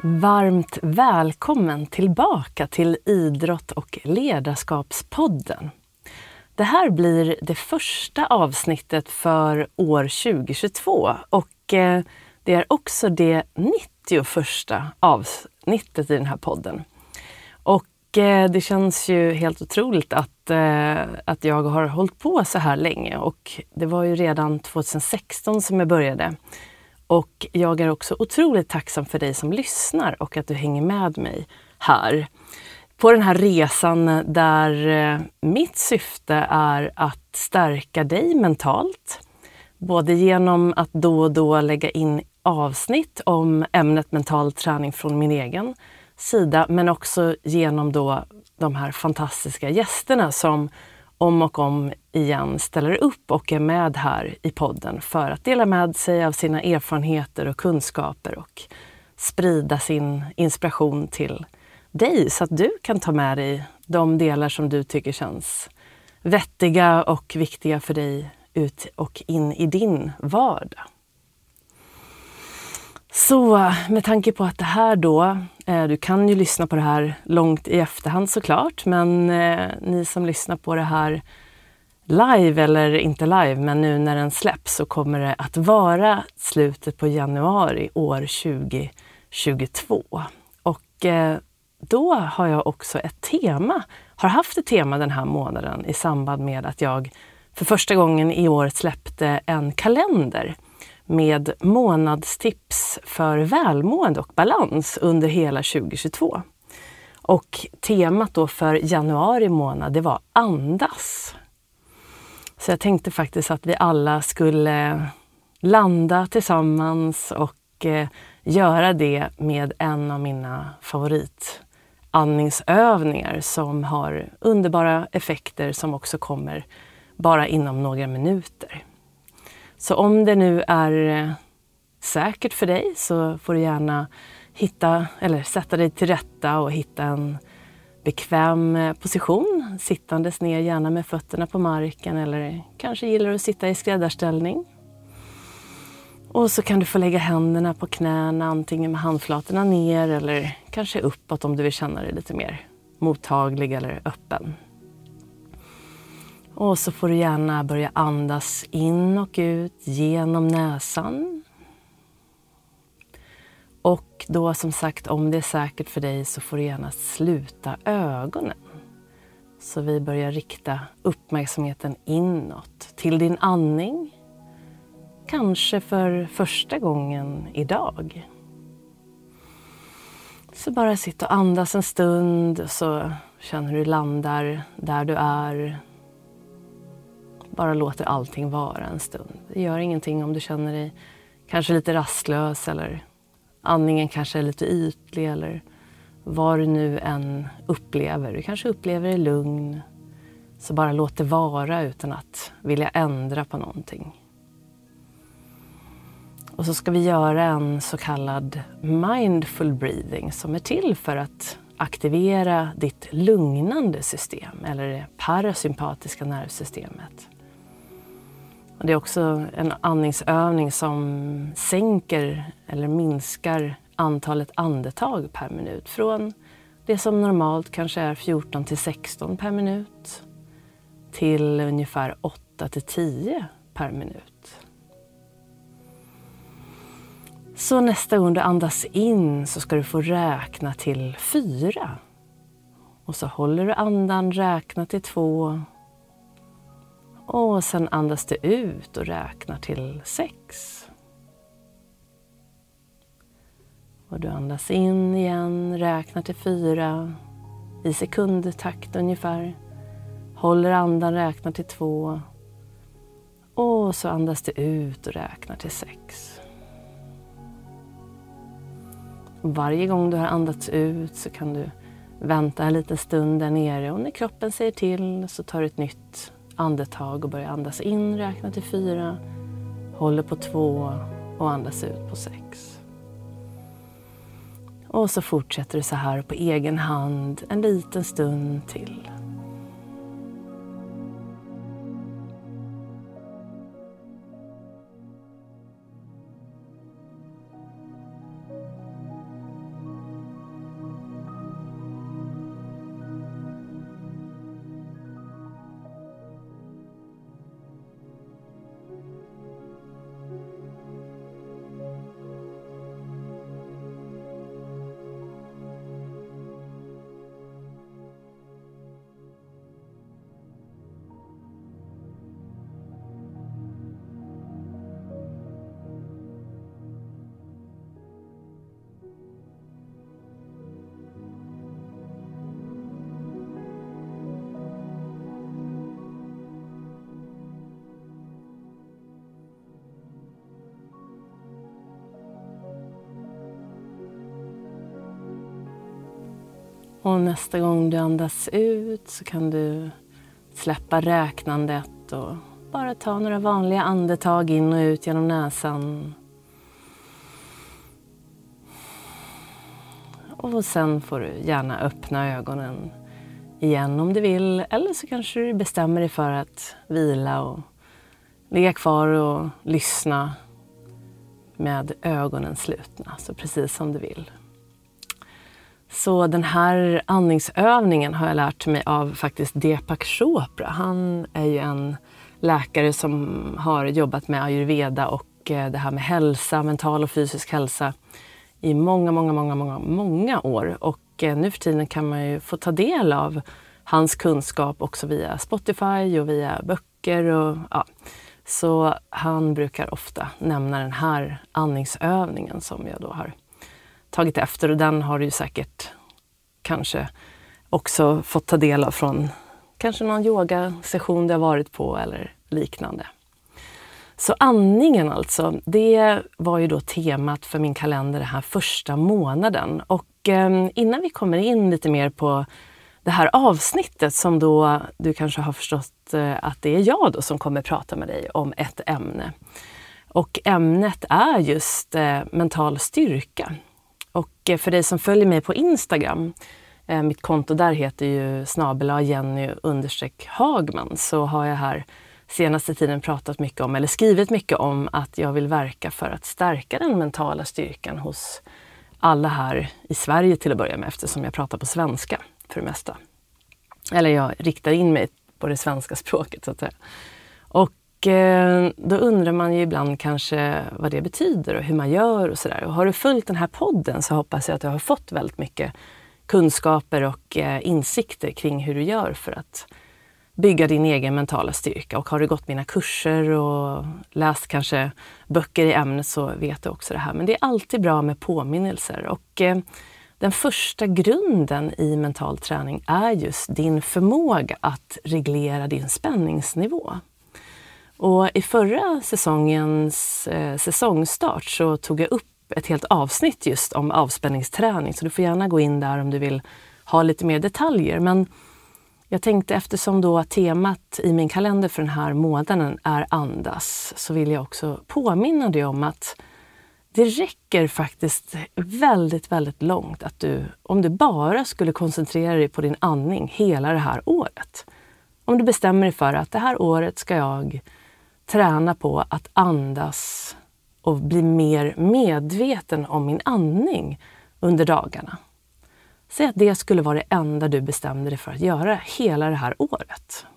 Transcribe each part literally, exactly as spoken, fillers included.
Varmt välkommen tillbaka till Idrott- och ledarskapspodden. Det här blir det första avsnittet för år tjugohundratjugotvå och det är också det nittioförsta avsnittet i den här podden. Och det känns ju helt otroligt att, att jag har hållit på så här länge, och det var ju redan tjugohundrasexton som jag började. Och jag är också otroligt tacksam för dig som lyssnar och att du hänger med mig här på den här resan där mitt syfte är att stärka dig mentalt. Både genom att då och då lägga in avsnitt om ämnet mental träning från min egen sida, men också genom då de här fantastiska gästerna som om och om igen ställer upp och är med här i podden för att dela med sig av sina erfarenheter och kunskaper och sprida sin inspiration till dig så att du kan ta med dig de delar som du tycker känns vettiga och viktiga för dig ut och in i din vardag. Så med tanke på att det här då, eh, du kan ju lyssna på det här långt i efterhand såklart, men eh, ni som lyssnar på det här live eller inte live, men nu när den släpps så kommer det att vara slutet på januari år tjugohundratjugotvå. Och eh, då har jag också ett tema, har haft ett tema den här månaden i samband med att jag för första gången i år släppte en kalender med månadstips för välmående och balans under hela tjugohundratjugotvå. Och temat då för januari månad, det var andas. Så jag tänkte faktiskt att vi alla skulle landa tillsammans och eh, göra det med en av mina favoritandningsövningar som har underbara effekter som också kommer bara inom några minuter. Så om det nu är säkert för dig så får du gärna hitta eller sätta dig till rätta och hitta en bekväm position, sittandes ner gärna med fötterna på marken, eller kanske gillar du att sitta i skräddarställning. Och så kan du få lägga händerna på knäna, antingen med handflatorna ner eller kanske uppåt om du vill känna dig lite mer mottaglig eller öppen. Och så får du gärna börja andas in och ut genom näsan. Och då som sagt, om det är säkert för dig så får du gärna sluta ögonen. Så vi börjar rikta uppmärksamheten inåt till din andning. Kanske för första gången idag. Så bara sitt och andas en stund och så känner du landar där du är. Bara låter allting vara en stund. Det gör ingenting om du känner dig kanske lite rastlös eller andningen kanske är lite ytlig eller vad du nu än upplever. Du kanske upplever dig lugn. Så bara låt det vara utan att vilja ändra på någonting. Och så ska vi göra en så kallad mindful breathing som är till för att aktivera ditt lugnande system eller det parasympatiska nervsystemet. Och det är också en andningsövning som sänker eller minskar antalet andetag per minut från det som normalt kanske är fjorton till sexton per minut till ungefär åtta till tio per minut. Så nästa gång du andas in så ska du få räkna till fyra. Och så håller du andan, räkna till två. Och sen andas du ut och räknar till sex. Och du andas in igen, räknar till fyra. I sekundtakt ungefär. Håller andan, räknar till två. Och så andas du ut och räknar till sex. Varje gång du har andats ut så kan du vänta en liten stund där nere. Och när kroppen säger till så tar du ett nytt andetag och börjar andas in, räkna till fyra. Håller på två och andas ut på sex. Och så fortsätter du så här på egen hand en liten stund till. Och nästa gång du andas ut så kan du släppa räknandet och bara ta några vanliga andetag in och ut genom näsan. Och sen får du gärna öppna ögonen igen om du vill. Eller så kanske du bestämmer dig för att vila och ligga kvar och lyssna med ögonen slutna. Så precis som du vill. Så den här andningsövningen har jag lärt mig av faktiskt Deepak Chopra. Han är ju en läkare som har jobbat med ayurveda och det här med hälsa, mental och fysisk hälsa i många, många, många, många, många år. Och nu för tiden kan man ju få ta del av hans kunskap också via Spotify och via böcker. Och, ja. Så han brukar ofta nämna den här andningsövningen som jag då har tagit efter. Och den har du ju säkert kanske också fått ta del av från kanske någon yogasession du har varit på eller liknande. Så andningen alltså, det var ju då temat för min kalender den här första månaden. Och eh, innan vi kommer in lite mer på det här avsnittet som då du kanske har förstått eh, att det är jag då som kommer prata med dig om ett ämne. Och ämnet är just eh, mental styrka. Och eh, för dig som följer mig på Instagram, eh, mitt konto där heter ju snabel-a Jenny understreck Hagman, så har jag här senaste tiden pratat mycket om, eller skrivit mycket om, att jag vill verka för att stärka den mentala styrkan hos alla här i Sverige till att börja med, eftersom jag pratar på svenska för det mesta. Eller jag riktar in mig på det svenska språket så att säga. Och eh, då undrar man ju ibland kanske vad det betyder och hur man gör och sådär. Och har du följt den här podden så hoppas jag att du har fått väldigt mycket kunskaper och eh, insikter kring hur du gör för att bygga din egen mentala styrka. Och har du gått mina kurser och läst kanske böcker i ämnet så vet du också det här. Men det är alltid bra med påminnelser. Och eh, den första grunden i mental träning är just din förmåga att reglera din spänningsnivå. Och i förra säsongens eh, säsongstart så tog jag upp ett helt avsnitt just om avspänningsträning. Så du får gärna gå in där om du vill ha lite mer detaljer. Men jag tänkte eftersom då temat i min kalender för den här månaden är andas, så vill jag också påminna dig om att det räcker faktiskt väldigt, väldigt långt att du, om du bara skulle koncentrera dig på din andning hela det här året. Om du bestämmer dig för att det här året ska jag träna på att andas och bli mer medveten om min andning under dagarna. Säg att det skulle vara det enda du bestämde dig för att göra hela det här året.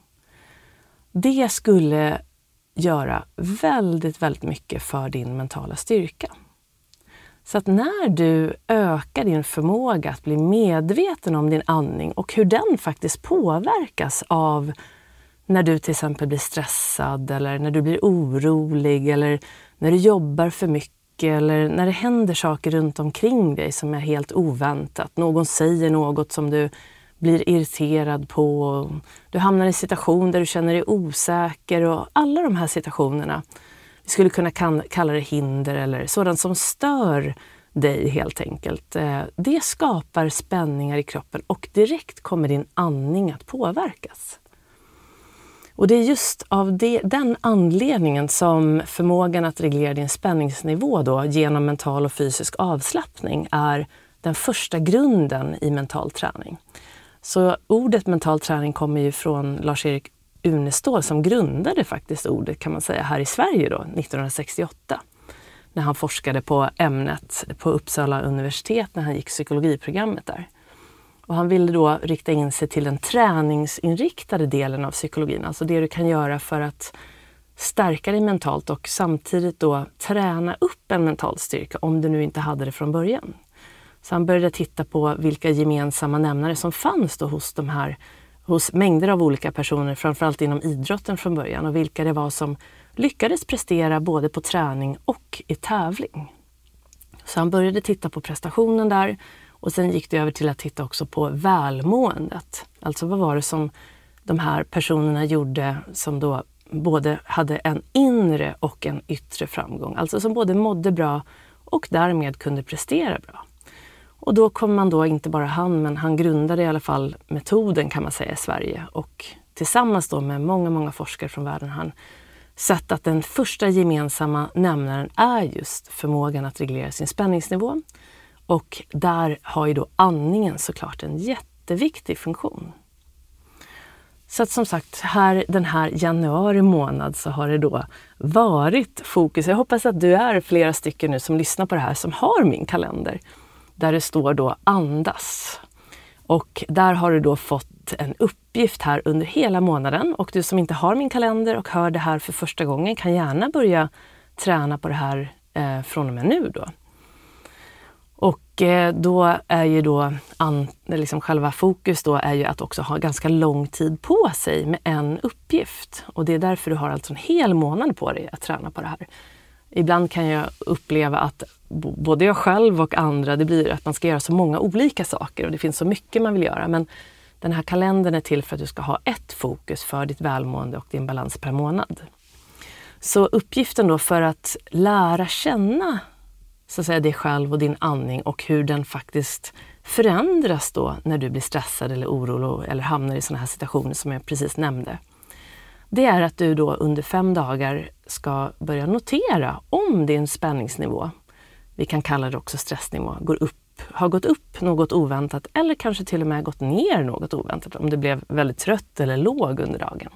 Det skulle göra väldigt, väldigt mycket för din mentala styrka. Så att när du ökar din förmåga att bli medveten om din andning och hur den faktiskt påverkas av när du till exempel blir stressad eller när du blir orolig eller när du jobbar för mycket eller när det händer saker runt omkring dig som är helt oväntat. Någon säger något som du blir irriterad på. Du hamnar i en situation där du känner dig osäker och alla de här situationerna. Vi skulle kunna kalla det hinder eller sådant som stör dig helt enkelt. Det skapar spänningar i kroppen och direkt kommer din andning att påverkas. Och det är just av det, den anledningen som förmågan att reglera din spänningsnivå då, genom mental och fysisk avslappning är den första grunden i mental träning. Så ordet mental träning kommer ju från Lars-Erik Unestål som grundade faktiskt ordet kan man säga här i Sverige då, nittonhundrasextioåtta. När han forskade på ämnet på Uppsala universitet när han gick psykologiprogrammet där. Och han ville då rikta in sig till den träningsinriktade delen av psykologin. Alltså det du kan göra för att stärka dig mentalt och samtidigt då träna upp en mental styrka om du nu inte hade det från början. Så han började titta på vilka gemensamma nämnare som fanns då hos de här, hos mängder av olika personer, framförallt inom idrotten från början. Och vilka det var som lyckades prestera både på träning och i tävling. Så han började titta på prestationen där. Och sen gick det över till att titta också på välmåendet. Alltså vad var det som de här personerna gjorde som då både hade en inre och en yttre framgång. Alltså som både mådde bra och därmed kunde prestera bra. Och då kom man då, inte bara han, men han grundade i alla fall metoden kan man säga i Sverige. Och tillsammans då med många, många forskare från världen har han sett att den första gemensamma nämnaren är just förmågan att reglera sin spänningsnivå. Och där har ju då andningen såklart en jätteviktig funktion. Så att som sagt, här, den här januari månad så har det då varit fokus. Jag hoppas att du är flera stycken nu som lyssnar på det här som har min kalender. Där det står då andas. Och där har du då fått en uppgift här under hela månaden. Och du som inte har min kalender och hör det här för första gången kan gärna börja träna på det här eh, från och med nu då. Och eh, då är ju då an, liksom själva fokus då är ju att också ha ganska lång tid på sig med en uppgift. Och det är därför du har alltså en hel månad på dig att träna på det här. Ibland kan jag uppleva att både jag själv och andra, det blir att man ska göra så många olika saker och det finns så mycket man vill göra. Men den här kalendern är till för att du ska ha ett fokus för ditt välmående och din balans per månad. Så uppgiften då för att lära känna så att säga dig själv och din andning och hur den faktiskt förändras då när du blir stressad eller orolig eller hamnar i sådana här situationer som jag precis nämnde. Det är att du då under fem dagar ska börja notera om din spänningsnivå, vi kan kalla det också stressnivå, går upp, har gått upp något oväntat eller kanske till och med gått ner något oväntat om det blev väldigt trött eller låg under dagen.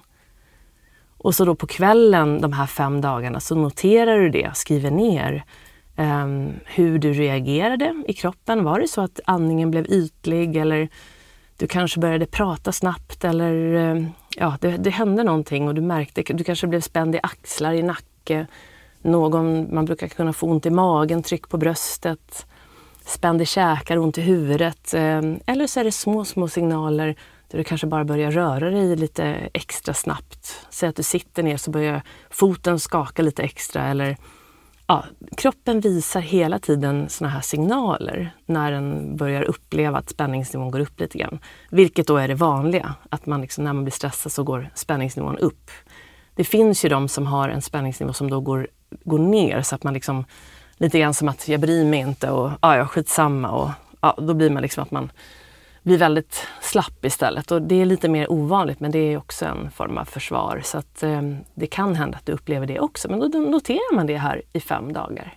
Och så då på kvällen de här fem dagarna så noterar du det, skriver ner um, hur du reagerade i kroppen. Var det så att andningen blev ytlig eller du kanske började prata snabbt eller ja, det, det hände någonting och du märkte, du kanske blev spänd i axlar, i nacke. Någon, man brukar kunna få ont i magen, tryck på bröstet, spänd i käkar, ont i huvudet. Eller så är det små, små signaler där du kanske bara börjar röra dig lite extra snabbt. Säg att du sitter ner så börjar foten skaka lite extra eller ja, kroppen visar hela tiden såna här signaler när den börjar uppleva att spänningsnivån går upp lite grann. Vilket då är det vanliga, att man liksom, när man blir stressad så går spänningsnivån upp. Det finns ju de som har en spänningsnivå som då går, går ner så att man liksom lite grann som att jag bryr mig inte och ja, jag skitsamma och ja, då blir man liksom att man blir väldigt slapp istället och det är lite mer ovanligt men det är också en form av försvar så att eh, det kan hända att du upplever det också men då noterar man det här i fem dagar.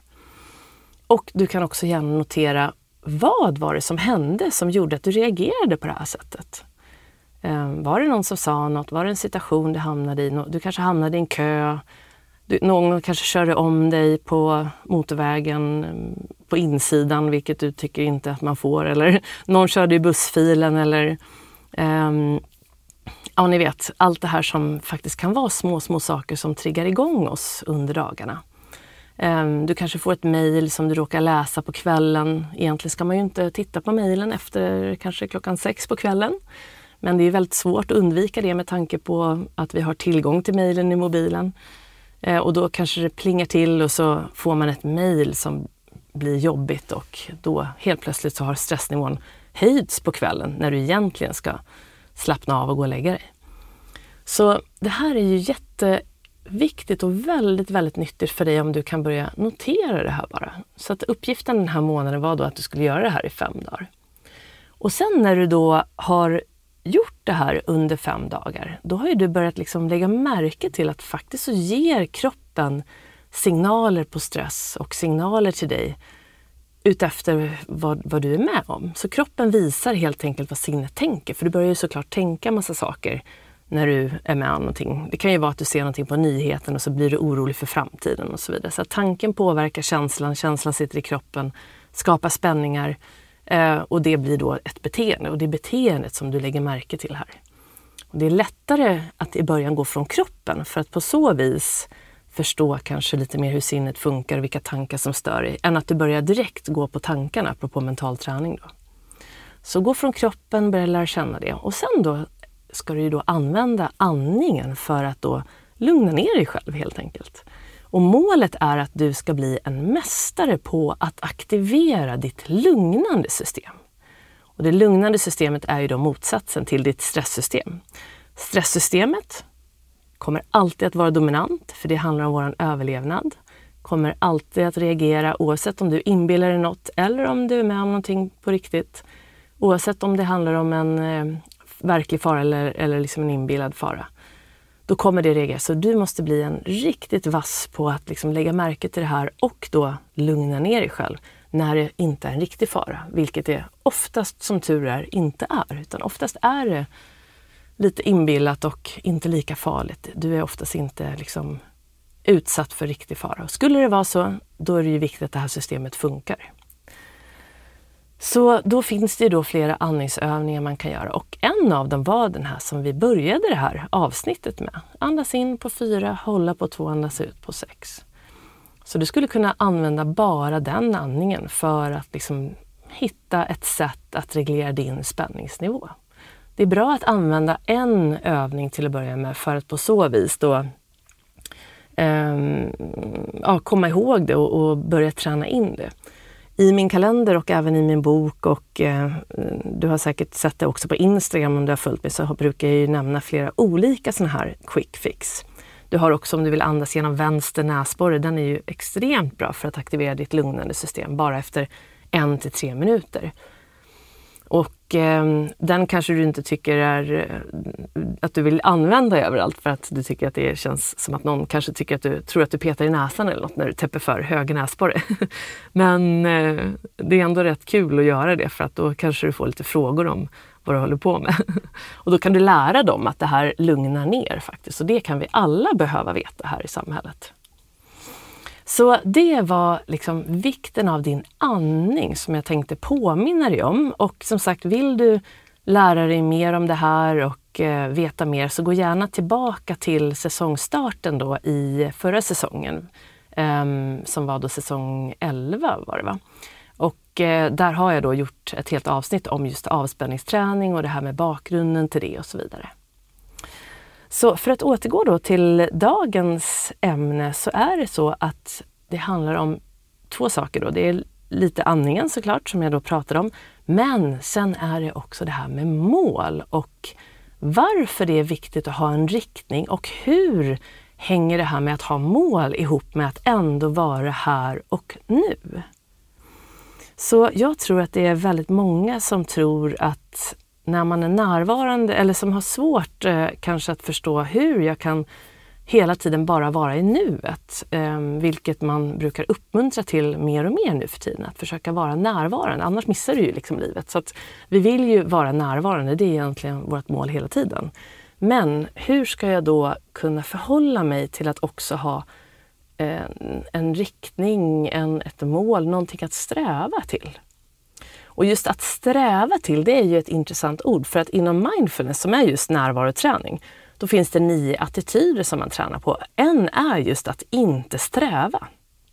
Och du kan också gärna notera vad var det som hände som gjorde att du reagerade på det här sättet. Eh, var det någon som sa något? Var det en situation du hamnade i? Du kanske hamnade i en kö. Du, någon kanske körde om dig på motorvägen på insidan, vilket du tycker inte att man får. Eller någon körde i bussfilen eller um, ja, ni vet, allt det här som faktiskt kan vara små, små saker som triggar igång oss under dagarna. Um, du kanske får ett mejl som du råkar läsa på kvällen. Egentligen ska man ju inte titta på mejlen efter kanske klockan sex på kvällen. Men det är väldigt svårt att undvika det med tanke på att vi har tillgång till mejlen i mobilen. Och då kanske det plingar till och så får man ett mejl som blir jobbigt och då helt plötsligt så har stressnivån höjts på kvällen när du egentligen ska slappna av och gå och lägga dig. Så det här är ju jätteviktigt och väldigt, väldigt nyttigt för dig om du kan börja notera det här bara. Så att uppgiften den här månaden var då att du skulle göra det här i fem dagar. Och sen när du då har gjort det här under fem dagar, då har ju du börjat liksom lägga märke till att faktiskt så ger kroppen signaler på stress och signaler till dig utefter vad, vad du är med om. Så kroppen visar helt enkelt vad sinnet tänker, för du börjar ju såklart tänka massa saker när du är med om någonting. Det kan ju vara att du ser någonting på nyheten och så blir du orolig för framtiden och så vidare. Så att tanken påverkar känslan, känslan sitter i kroppen, skapar spänningar. Eh, och det blir då ett beteende och det är beteendet som du lägger märke till här. Och det är lättare att i början gå från kroppen för att på så vis förstå kanske lite mer hur sinnet funkar och vilka tankar som stör dig än att du börjar direkt gå på tankarna apropå mental träning då. Så gå från kroppen, börja lära känna det och sen då ska du ju då använda andningen för att då lugna ner dig själv helt enkelt. Och målet är att du ska bli en mästare på att aktivera ditt lugnande system. Och det lugnande systemet är ju då motsatsen till ditt stresssystem. Stresssystemet kommer alltid att vara dominant för det handlar om vår överlevnad. kommer alltid att reagera oavsett om du inbillar dig något eller om du är med om någonting på riktigt. Oavsett om det handlar om en eh, verklig fara eller, eller liksom en inbillad fara. Då kommer det reagera. Så du måste bli en riktigt vass på att liksom lägga märke till det här och då lugna ner dig själv när det inte är en riktig fara. Vilket det oftast, som tur är, inte är. Utan oftast är det lite inbillat och inte lika farligt. Du är oftast inte liksom utsatt för riktig fara. Och skulle det vara så, då är det ju viktigt att det här systemet funkar. Så då finns det ju då flera andningsövningar man kan göra. Och en av dem var den här som vi började det här avsnittet med. Andas in på fyra, hålla på två, andas ut på sex. Så du skulle kunna använda bara den andningen för att liksom hitta ett sätt att reglera din spänningsnivå. Det är bra att använda en övning till att börja med för att på så vis då um, ja, komma ihåg det och, och börja träna in det. I min kalender och även i min bok och eh, du har säkert sett det också på Instagram om du har följt mig, så brukar jag ju nämna flera olika sådana här quick fix. Du har också, om du vill andas genom vänster näsborre, den är ju extremt bra för att aktivera ditt lugnande system bara efter en till tre minuter. Och eh, den kanske du inte tycker är att du vill använda överallt för att du tycker att det känns som att någon kanske tycker att du tror att du petar i näsan eller något när du täpper för höger näsborre. Men eh, det är ändå rätt kul att göra det för att då kanske du får lite frågor om vad du håller på med. Och då kan du lära dem att det här lugnar ner faktiskt. Och det kan vi alla behöva veta här i samhället. Så det var liksom vikten av din andning som jag tänkte påminna dig om. Och som sagt, vill du lära dig mer om det här och eh, veta mer, så gå gärna tillbaka till säsongstarten då i förra säsongen. Eh, som var då säsong elva var det va? Och eh, där har jag då gjort ett helt avsnitt om just avspänningsträning och det här med bakgrunden till det och så vidare. Så för att återgå då till dagens ämne, så är det så att det handlar om två saker då. Det är lite andningen såklart som jag då pratar om. Men sen är det också det här med mål och varför det är viktigt att ha en riktning och hur hänger det här med att ha mål ihop med att ändå vara här och nu. Så jag tror att det är väldigt många som tror att när man är närvarande eller som har svårt eh, kanske att förstå hur jag kan hela tiden bara vara i nuet. Eh, vilket man brukar uppmuntra till mer och mer nu för tiden. Att försöka vara närvarande, annars missar du ju liksom livet. Så att vi vill ju vara närvarande, det är egentligen vårt mål hela tiden. Men hur ska jag då kunna förhålla mig till att också ha eh, en riktning, en, ett mål, någonting att sträva till? Och just att sträva till, det är ju ett intressant ord, för att inom mindfulness som är just närvaroträning, då finns det nio attityder som man tränar på. En är just att inte sträva.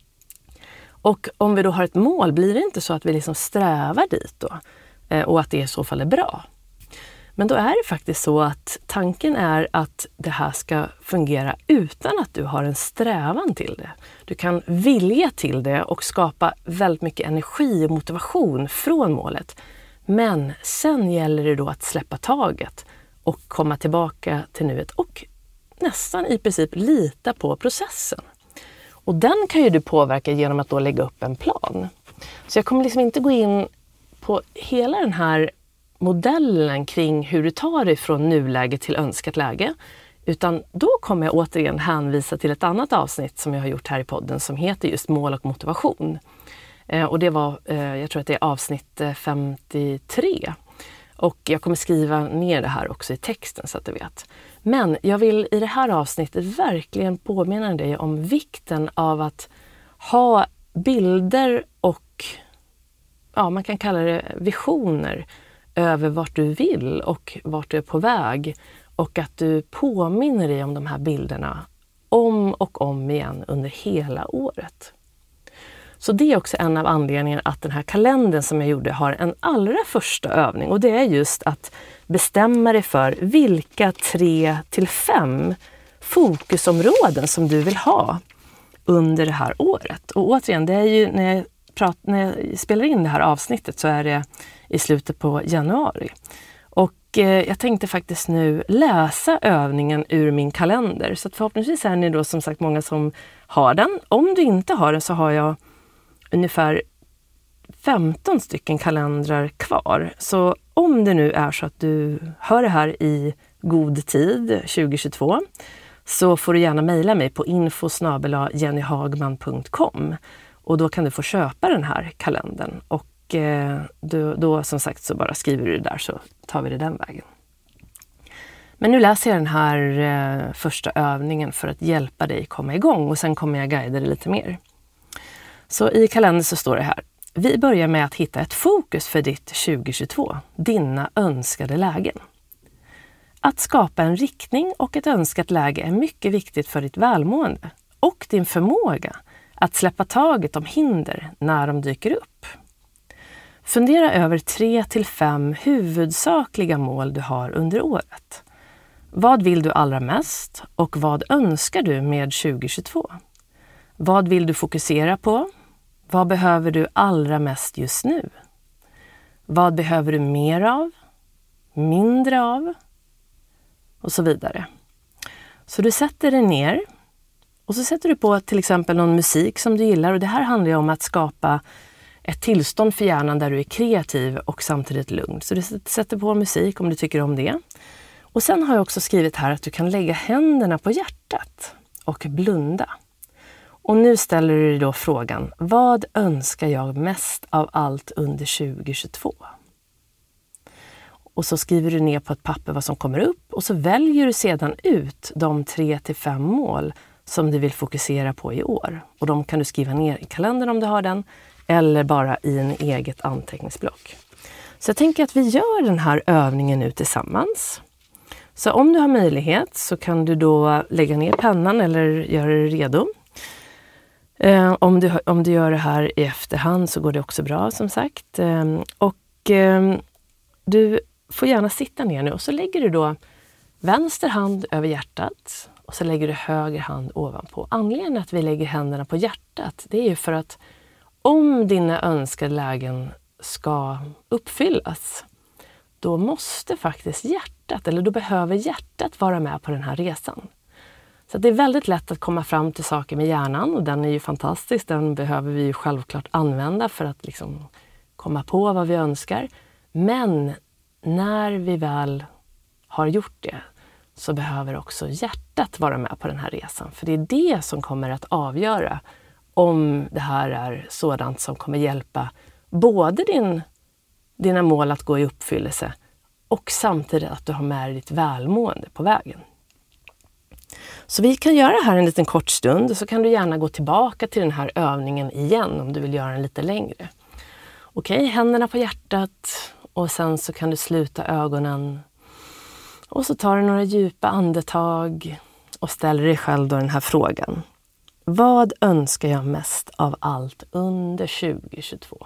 Och om vi då har ett mål, blir det inte så att vi liksom strävar dit då och att det i så fall är bra. Men då är det faktiskt så att tanken är att det här ska fungera utan att du har en strävan till det. Du kan vilja till det och skapa väldigt mycket energi och motivation från målet. Men sen gäller det då att släppa taget och komma tillbaka till nuet och nästan i princip lita på processen. Och den kan ju du påverka genom att då lägga upp en plan. Så jag kommer liksom inte gå in på hela den här modellen kring hur du tar dig från nuläge till önskat läge. Utan då kommer jag återigen hänvisa till ett annat avsnitt som jag har gjort här i podden som heter just mål och motivation. Eh, och det var, eh, jag tror att det är avsnitt femtiotre. Och jag kommer skriva ner det här också i texten så att du vet. Men jag vill i det här avsnittet verkligen påminna dig om vikten av att ha bilder och ja, man kan kalla det visioner över vart du vill och vart du är på väg. Och att du påminner dig om de här bilderna om och om igen under hela året. Så det är också en av anledningarna att den här kalendern som jag gjorde har en allra första övning. Och det är just att bestämma dig för vilka tre till fem fokusområden som du vill ha under det här året. Och återigen, det är ju när jag, pratar, när jag spelar in det här avsnittet så är det i slutet på januari. Och eh, jag tänkte faktiskt nu läsa övningen ur min kalender. Så att förhoppningsvis är ni då som sagt många som har den. Om du inte har den så har jag ungefär femton stycken kalendrar kvar. Så om det nu är så att du hör det här i god tid tjugohundratjugotvå så får du gärna mejla mig på info snabel-a jenny hagman punkt com och då kan du få köpa den här kalendern. Och eh, då, då som sagt så bara skriver du det där så tar vi det den vägen. Men nu läser jag den här eh, första övningen för att hjälpa dig komma igång och sen kommer jag guida dig lite mer. Så i kalendern så står det här: vi börjar med att hitta ett fokus för ditt tjugohundratjugotvå, dina önskade lägen. Att skapa en riktning och ett önskat läge är mycket viktigt för ditt välmående och din förmåga att släppa taget om hinder när de dyker upp. Fundera över tre till fem huvudsakliga mål du har under året. Vad vill du allra mest och vad önskar du med tjugohundratjugotvå? Vad vill du fokusera på? Vad behöver du allra mest just nu? Vad behöver du mer av? Mindre av? Och så vidare. Så du sätter dig ner och så sätter du på till exempel någon musik som du gillar. Och det här handlar ju om att skapa ett tillstånd för hjärnan där du är kreativ och samtidigt lugn. Så du sätter på musik om du tycker om det. Och sen har jag också skrivit här att du kan lägga händerna på hjärtat och blunda. Och nu ställer du dig då frågan: vad önskar jag mest av allt under tjugohundratjugotvå? Och så skriver du ner på ett papper vad som kommer upp och så väljer du sedan ut de tre till fem mål som du vill fokusera på i år. Och de kan du skriva ner i kalendern om du har den eller bara i en eget anteckningsblock. Så jag tänker att vi gör den här övningen nu tillsammans. Så om du har möjlighet så kan du då lägga ner pennan eller göra det redo. Eh, om, du, om du gör det här i efterhand så går det också bra som sagt. Eh, och eh, du får gärna sitta ner nu och så lägger du då vänster hand över hjärtat och så lägger du höger hand ovanpå. Anledningen att vi lägger händerna på hjärtat, det är ju för att om dina önskade lägen ska uppfyllas, då måste faktiskt hjärtat, eller då behöver hjärtat vara med på den här resan. Så det är väldigt lätt att komma fram till saker med hjärnan och den är ju fantastisk. Den behöver vi ju självklart använda för att liksom komma på vad vi önskar. Men när vi väl har gjort det så behöver också hjärtat vara med på den här resan. För det är det som kommer att avgöra om det här är sådant som kommer hjälpa både din, dina mål att gå i uppfyllelse och samtidigt att du har med dig ditt välmående på vägen. Så vi kan göra det här en liten kort stund och så kan du gärna gå tillbaka till den här övningen igen om du vill göra den lite längre. Okej, händerna på hjärtat och sen så kan du sluta ögonen. Och så tar du några djupa andetag och ställer dig själv då den här frågan. Vad önskar jag mest av allt under tjugohundratjugotvå?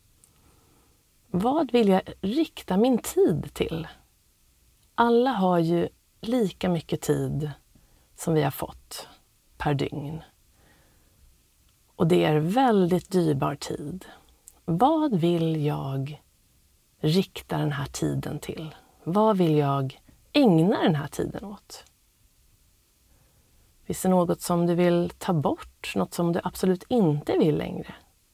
Vad vill jag rikta min tid till? Alla har ju lika mycket tid som vi har fått per dygn. Och det är väldigt dyrbar tid. Vad vill jag rikta den här tiden till? Vad vill jag ägna den här tiden åt? Finns det något som du vill ta bort? Något som du absolut inte vill längre?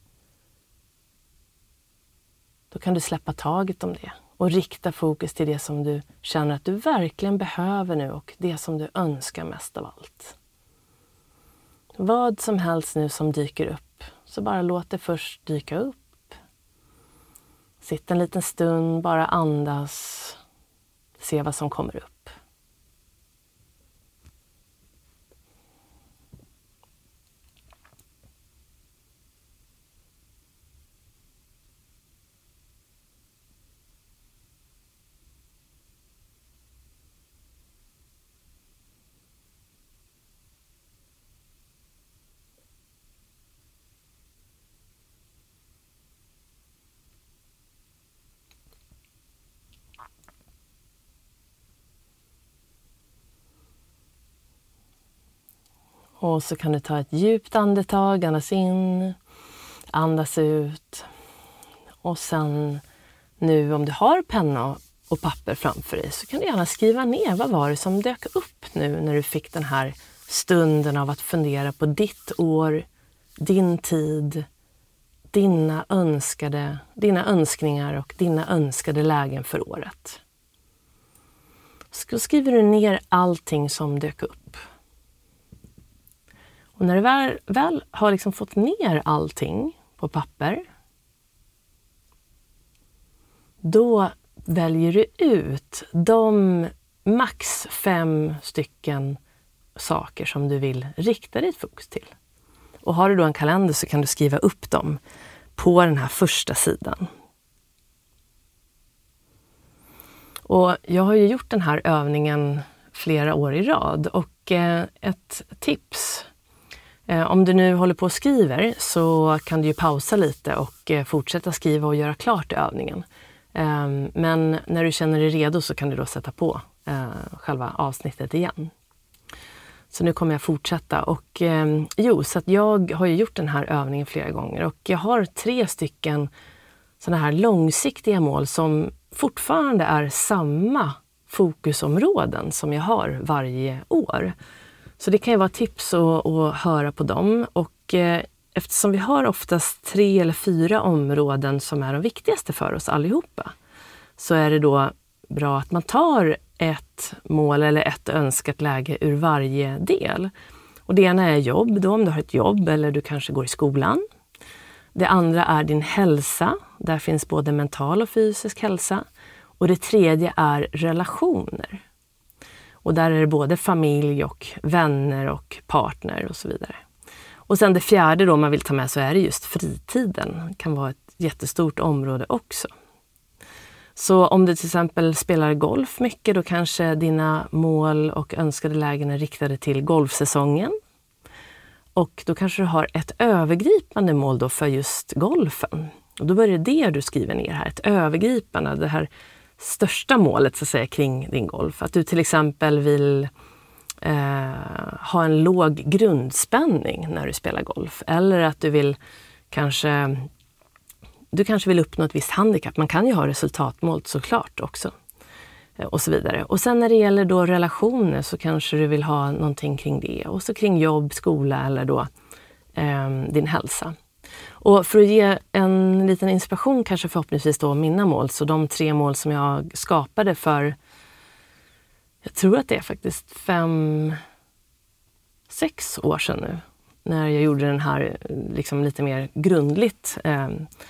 Då kan du släppa taget om det och rikta fokus till det som du känner att du verkligen behöver nu och det som du önskar mest av allt. Vad som helst nu som dyker upp, så bara låt det först dyka upp. Sitt en liten stund, bara andas, se vad som kommer upp. Och så kan du ta ett djupt andetag, andas in, andas ut. Och sen nu om du har penna och papper framför dig så kan du gärna skriva ner vad var det som dök upp nu när du fick den här stunden av att fundera på ditt år, din tid, dina önskade, dina önskningar och dina önskade lägen för året. Så skriver du ner allting som dök upp. Och när du väl, väl har liksom fått ner allting på papper, då väljer du ut de max fem stycken saker som du vill rikta ditt fokus till. Och har du då en kalender så kan du skriva upp dem på den här första sidan. Och jag har ju gjort den här övningen flera år i rad och eh, ett tips. Eh, om du nu håller på och skriver så kan du ju pausa lite och eh, fortsätta skriva och göra klart övningen. Eh, men när du känner dig redo så kan du då sätta på eh, själva avsnittet igen. Så nu kommer jag fortsätta och eh, jo, så att jag har ju gjort den här övningen flera gånger och jag har tre stycken sådana här långsiktiga mål som fortfarande är samma fokusområden som jag har varje år. Så det kan ju vara tips att, att höra på dem och eh, eftersom vi har oftast tre eller fyra områden som är de viktigaste för oss allihopa så är det då bra att man tar ett mål eller ett önskat läge ur varje del. Och det ena är jobb, då om du har ett jobb eller du kanske går i skolan. Det andra är din hälsa, där finns både mental och fysisk hälsa. Och det tredje är relationer. Och där är det både familj och vänner och partner och så vidare. Och sen det fjärde då man vill ta med så är det just fritiden. Det kan vara ett jättestort område också. Så om du till exempel spelar golf mycket då kanske dina mål och önskade lägen är riktade till golfsäsongen. Och då kanske du har ett övergripande mål då för just golfen. Och då är det det du skriver ner här, ett övergripande, det här största målet så att säga kring din golf. Att du till exempel vill eh, ha en låg grundspänning när du spelar golf. Eller att du vill kanske, du kanske vill uppnå ett visst handikapp. Man kan ju ha resultatmål såklart också. Och så vidare. Och sen när det gäller då relationer så kanske du vill ha någonting kring det. Och så kring jobb, skola eller då eh, din hälsa. Och för att ge en liten inspiration kanske förhoppningsvis då mina mål. Så de tre mål som jag skapade för, jag tror att det är faktiskt fem, sex år sedan nu. När jag gjorde den här liksom lite mer grundligt. Eh,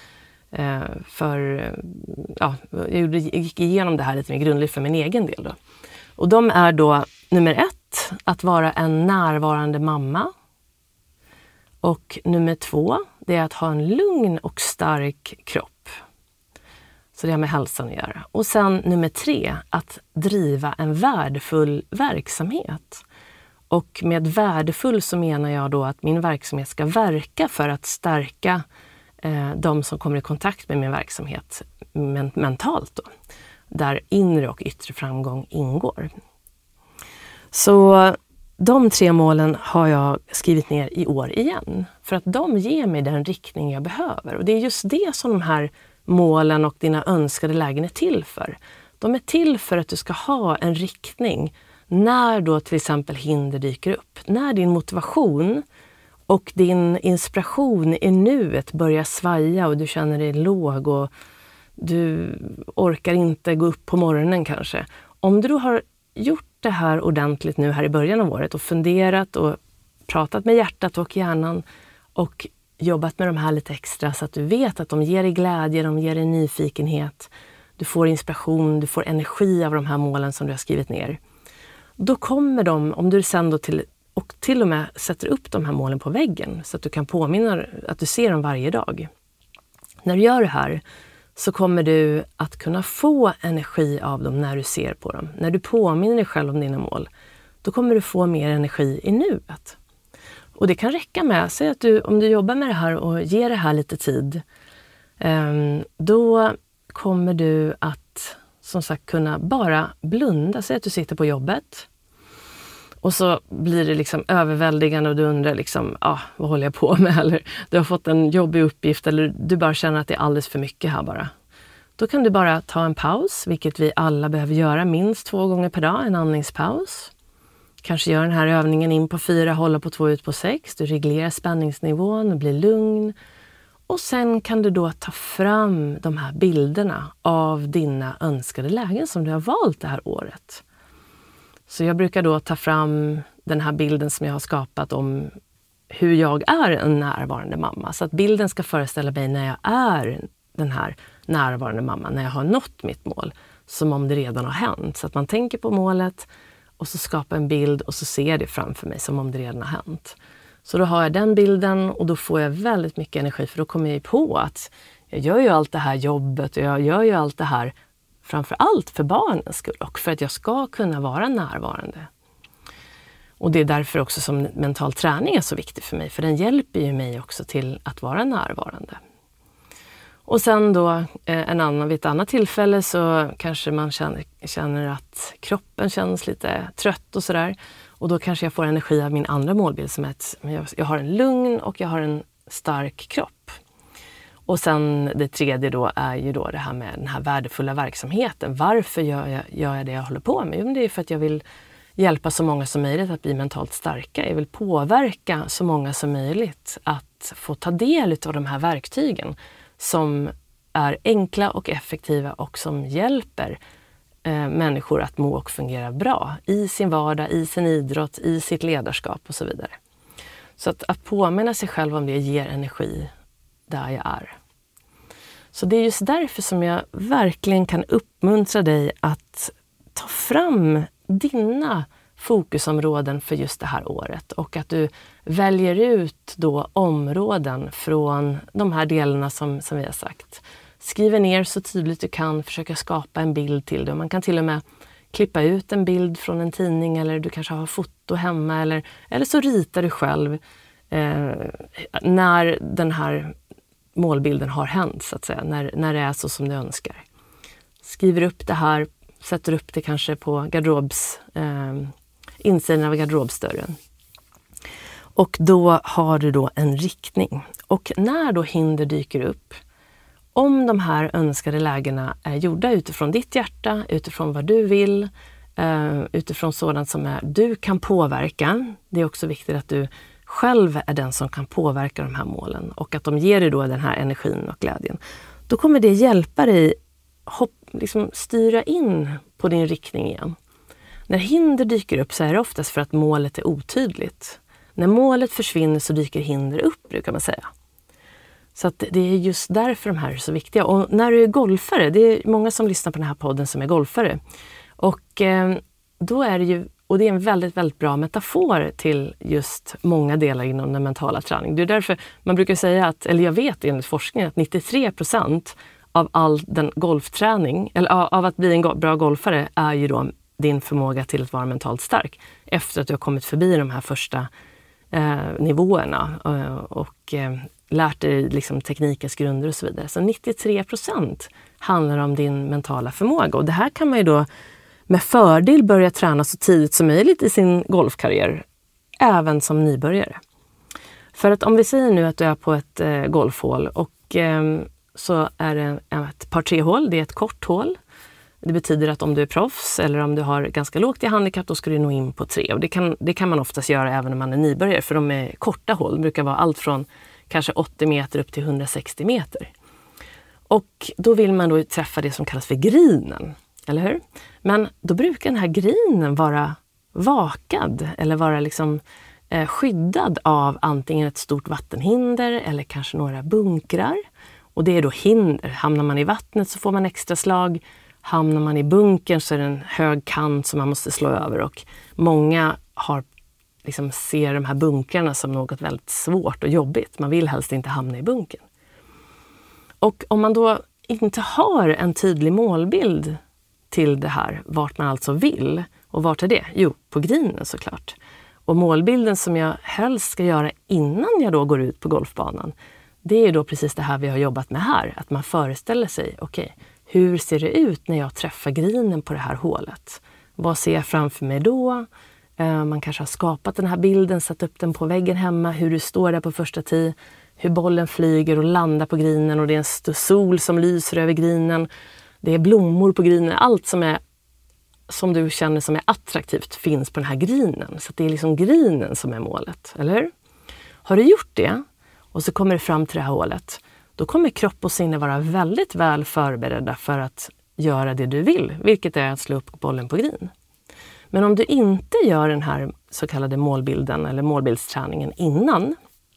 För, ja, jag gick igenom det här lite mer grundligt för min egen del. Då. Och de är då nummer ett, att vara en närvarande mamma. Och nummer två, det är att ha en lugn och stark kropp. Så det har med hälsan att göra. Och sen nummer tre, att driva en värdefull verksamhet. Och med värdefull så menar jag då att min verksamhet ska verka för att stärka de som kommer i kontakt med min verksamhet mentalt då, där inre och yttre framgång ingår. Så de tre målen har jag skrivit ner i år igen för att de ger mig den riktning jag behöver. Och det är just det som de här målen och dina önskade lägen är till för. De är till för att du ska ha en riktning när då till exempel hinder dyker upp. När din motivation och din inspiration i nuet börjar svaja och du känner dig låg och du orkar inte gå upp på morgonen kanske. Om du då har gjort det här ordentligt nu här i början av året och funderat och pratat med hjärtat och hjärnan och jobbat med de här lite extra så att du vet att de ger dig glädje, de ger dig nyfikenhet, du får inspiration, du får energi av de här målen som du har skrivit ner. Då kommer de, om du sen då till och till och med sätter upp de här målen på väggen så att du kan påminna att du ser dem varje dag. När du gör det här så kommer du att kunna få energi av dem när du ser på dem. När du påminner dig själv om dina mål, då kommer du få mer energi i nuet. Och det kan räcka med, säg att du, om du jobbar med det här och ger det här lite tid, då kommer du att som sagt kunna bara blunda. Säg att du sitter på jobbet. Och så blir det liksom överväldigande och du undrar liksom, ah, vad håller jag på med? Eller du har fått en jobbig uppgift eller du bara känner att det är alldeles för mycket här bara. Då kan du bara ta en paus, vilket vi alla behöver göra minst två gånger per dag, en andningspaus. Kanske gör den här övningen in på fyra, hålla på två, ut på sex. Du reglerar spänningsnivån och blir lugn. Och sen kan du då ta fram de här bilderna av dina önskade lägen som du har valt det här året. Så jag brukar då ta fram den här bilden som jag har skapat om hur jag är en närvarande mamma. Så att bilden ska föreställa mig när jag är den här närvarande mamman, när jag har nått mitt mål. Som om det redan har hänt. Så att man tänker på målet och så skapar en bild och så ser jag det framför mig som om det redan har hänt. Så då har jag den bilden och då får jag väldigt mycket energi, för då kommer jag på att jag gör ju allt det här jobbet och jag gör ju allt det här framför allt för barnens skull och för att jag ska kunna vara närvarande. Och det är därför också som mental träning är så viktig för mig, för den hjälper ju mig också till att vara närvarande. Och sen då en annan, vid ett annat tillfälle så kanske man känner, känner att kroppen känns lite trött och sådär. Och då kanske jag får energi av min andra målbild som är att jag har en lugn och jag har en stark kropp. Och sen det tredje då är ju då det här med den här värdefulla verksamheten. Varför gör jag, gör jag det jag håller på med? Jo, det är för att jag vill hjälpa så många som möjligt att bli mentalt starka. Jag vill påverka så många som möjligt att få ta del av de här verktygen som är enkla och effektiva och som hjälper eh, människor att må och fungera bra i sin vardag, i sin idrott, i sitt ledarskap och så vidare. Så att, att påminna sig själv om det ger energi där jag är. Så det är just därför som jag verkligen kan uppmuntra dig att ta fram dina fokusområden för just det här året och att du väljer ut då områden från de här delarna som, som vi har sagt. Skriver ner så tydligt du kan, försöka skapa en bild till det. Man kan till och med klippa ut en bild från en tidning eller du kanske har foto hemma eller, eller så ritar du själv eh, när den här målbilden har hänt så att säga, när, när det är så som du önskar. Skriver upp det här, sätter upp det kanske på garderobs, eh, insidan av garderobsdörren. Och då har du då en riktning. Och när då hinder dyker upp, om de här önskade lägena är gjorda utifrån ditt hjärta, utifrån vad du vill, eh, utifrån sådant som är, du kan påverka. Det är också viktigt att du själv är den som kan påverka de här målen och att de ger dig då den här energin och glädjen. Då kommer det hjälpa dig hopp, liksom styra in på din riktning igen. När hinder dyker upp så är det oftast för att målet är otydligt. När målet försvinner så dyker hinder upp, brukar man säga. Så att det är just därför de här är så viktiga. Och när du är golfare, det är många som lyssnar på den här podden som är golfare. Och eh, då är det ju, och det är en väldigt, väldigt bra metafor till just många delar inom den mentala träningen. Det är därför man brukar säga att, eller jag vet enligt forskningen, att nittiotre procent av all den golfträning, eller av att bli en bra golfare är ju då din förmåga till att vara mentalt stark. Efter att du har kommit förbi de här första eh, nivåerna eh, och eh, lärt dig liksom teknikens grunder och så vidare. Så nittiotre procent handlar om din mentala förmåga. Och det här kan man ju då med fördel börja träna så tidigt som möjligt i sin golfkarriär. Även som nybörjare. För att om vi säger nu att du är på ett eh, golfhål och eh, så är det ett par tre hål, det är ett kort hål. Det betyder att om du är proffs eller om du har ganska lågt i handikapp, då ska du nå in på tre. Och det kan, det kan man oftast göra även om man är nybörjare, för de är korta hål. Det brukar vara allt från kanske åttio meter upp till hundrasextio meter. Och då vill man då träffa det som kallas för greenen, eller hur? Men då brukar den här greenen vara vakad eller vara liksom eh, skyddad av antingen ett stort vattenhinder eller kanske några bunkrar. Och det är då hinder. Hamnar man i vattnet så får man extra slag. Hamnar man i bunkern så är det en hög kant som man måste slå över. Och många har, liksom, ser de här bunkrarna som något väldigt svårt och jobbigt. Man vill helst inte hamna i bunkern. Och om man då inte har en tydlig målbild till det här, vart man alltså vill. Och vart är det? Jo, på greenen såklart. Och målbilden som jag helst ska göra innan jag då går ut på golfbanan, det är då precis det här vi har jobbat med här. Att man föreställer sig, okej, okay, hur ser det ut när jag träffar greenen på det här hålet? Vad ser jag framför mig då? Man kanske har skapat den här bilden, satt upp den på väggen hemma, hur du står där på första tee. hur bollen flyger och landar på grinen och det är en st- sol som lyser över grinen. Det är blommor på grinen. Allt som är som du känner som är attraktivt finns på den här grinen. Så det är liksom grinen som är målet, eller hur? Har du gjort det och så kommer du fram till det här hålet, då kommer kropp och sinne vara väldigt väl förberedda för att göra det du vill, vilket är att slå upp bollen på grin. Men om du inte gör den här så kallade målbilden eller målbildsträningen innan,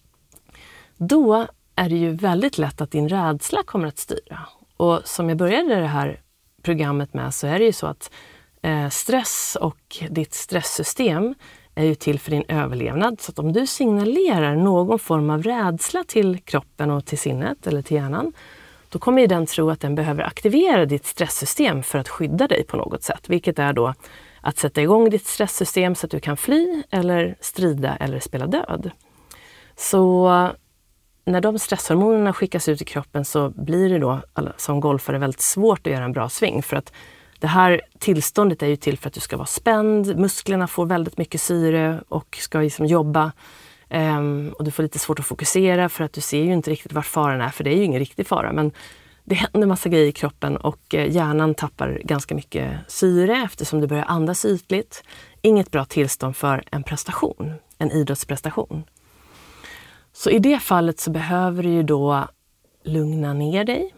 då är det ju väldigt lätt att din rädsla kommer att styra. Och som jag började det här programmet med så är det ju så att eh, stress och ditt stresssystem är ju till för din överlevnad. Så att om du signalerar någon form av rädsla till kroppen och till sinnet eller till hjärnan, då kommer ju den tro att den behöver aktivera ditt stresssystem för att skydda dig på något sätt. Vilket är då att sätta igång ditt stresssystem så att du kan fly eller strida eller spela död. Så när de stresshormonerna skickas ut i kroppen så blir det då som golfare väldigt svårt att göra en bra sving. För att det här tillståndet är ju till för att du ska vara spänd, musklerna får väldigt mycket syre och ska liksom jobba. Um, och du får lite svårt att fokusera för att du ser ju inte riktigt vart faran är, för det är ju ingen riktig fara. Men det händer massa grejer i kroppen och hjärnan tappar ganska mycket syre eftersom du börjar andas ytligt. Inget bra tillstånd för en prestation, en idrottsprestation. Så i det fallet så behöver du ju då lugna ner dig,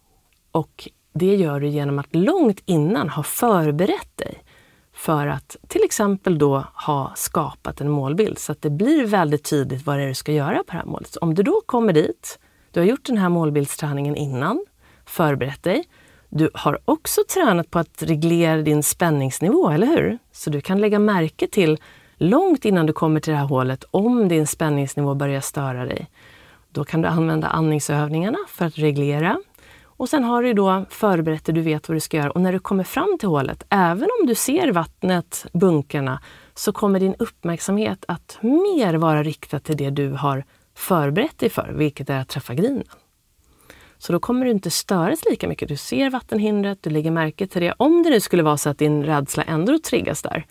och det gör du genom att långt innan ha förberett dig för att till exempel då ha skapat en målbild så att det blir väldigt tydligt vad det är du ska göra på det här målet. Så om du då kommer dit, du har gjort den här målbildsträningen innan, förberett dig. Du har också tränat på att reglera din spänningsnivå, eller hur? Så du kan lägga märke till långt innan du kommer till det här hålet om din spänningsnivå börjar störa dig. Då kan du använda andningsövningarna för att reglera. Och sen har du då förberett dig, du vet vad du ska göra. Och när du kommer fram till hålet, även om du ser vattnet, bunkarna, så kommer din uppmärksamhet att mer vara riktad till det du har förberett dig för, vilket är att träffa grinen. Så då kommer du inte störas lika mycket. Du ser vattenhindret, du lägger märke till det. Om det nu skulle vara så att din rädsla ändå triggas där,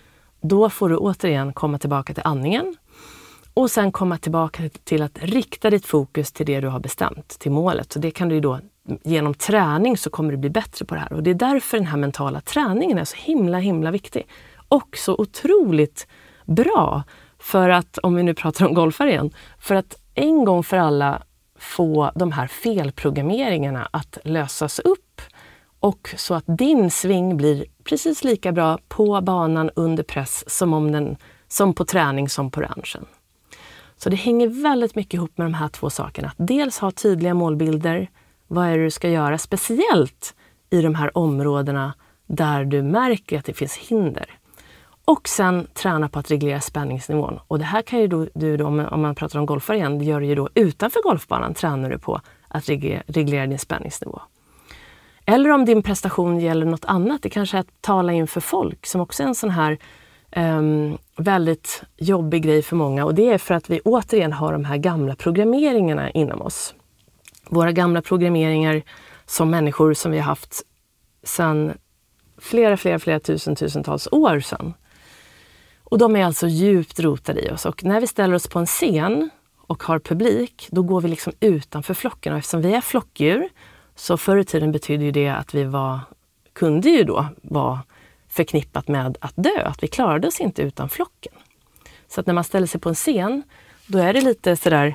då får du återigen komma tillbaka till andningen. Och sen komma tillbaka till att rikta ditt fokus till det du har bestämt, till målet. Så det kan du ju då, genom träning så kommer du bli bättre på det här. Och det är därför den här mentala träningen är så himla, himla viktig. Och så otroligt bra, för att, om vi nu pratar om golfare igen, för att en gång för alla få de här felprogrammeringarna att lösas upp. Och så att din sving blir precis lika bra på banan under press som, om den, som på träning som på ranchen. Så det hänger väldigt mycket ihop med de här två sakerna. Att dels ha tydliga målbilder. Vad är det du ska göra? Speciellt i de här områdena där du märker att det finns hinder. Och sen träna på att reglera spänningsnivån. Och det här kan ju du, du då, om man pratar om golfare igen, det gör du ju då utanför golfbanan, tränar du på att reglera, reglera din spänningsnivå. Eller om din prestation gäller något annat, det kanske är att tala inför folk, som också är en sån här um, väldigt jobbig grej för många. Och det är för att vi återigen har de här gamla programmeringarna inom oss. Våra gamla programmeringar som människor som vi har haft sedan flera, flera, flera tusen, tusentals år sedan. Och de är alltså djupt rotade i oss. Och när vi ställer oss på en scen och har publik, då går vi liksom utanför flocken. Och eftersom vi är flockdjur, så förr i tiden betyder ju det att vi var, kunde ju då vara förknippat med att dö. Att vi klarade oss inte utan flocken. Så att när man ställer sig på en scen, då är det lite sådär,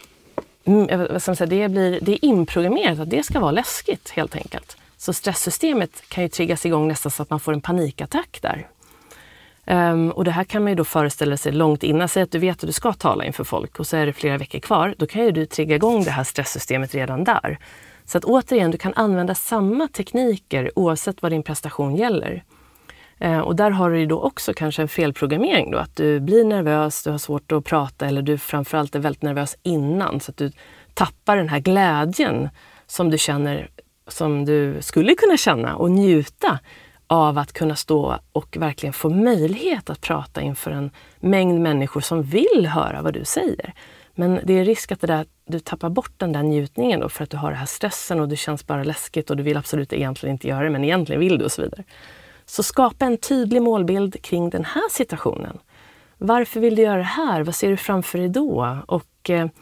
vad ska man säga, det, blir, det är inprogrammerat att det ska vara läskigt helt enkelt. Så stresssystemet kan ju triggas igång nästan så att man får en panikattack där. Um, och det här kan man ju då föreställa sig långt innan. Säg att du vet att du ska tala inför folk och så är det flera veckor kvar. Då kan ju du trigga igång det här stresssystemet redan där. Så att återigen, du kan använda samma tekniker oavsett vad din prestation gäller. Uh, och där har du ju då också kanske en felprogrammering då. Att du blir nervös, du har svårt att prata eller du framförallt är väldigt nervös innan. Så att du tappar den här glädjen som du känner, som du skulle kunna känna och njuta av att kunna stå och verkligen få möjlighet att prata inför en mängd människor som vill höra vad du säger. Men det är risk att det där, du tappar bort den där njutningen då för att du har den här stressen och det känns bara läskigt och du vill absolut egentligen inte göra det, men egentligen vill du och så vidare. Så skapa en tydlig målbild kring den här situationen. Varför vill du göra det här? Vad ser du framför dig då? Och eh,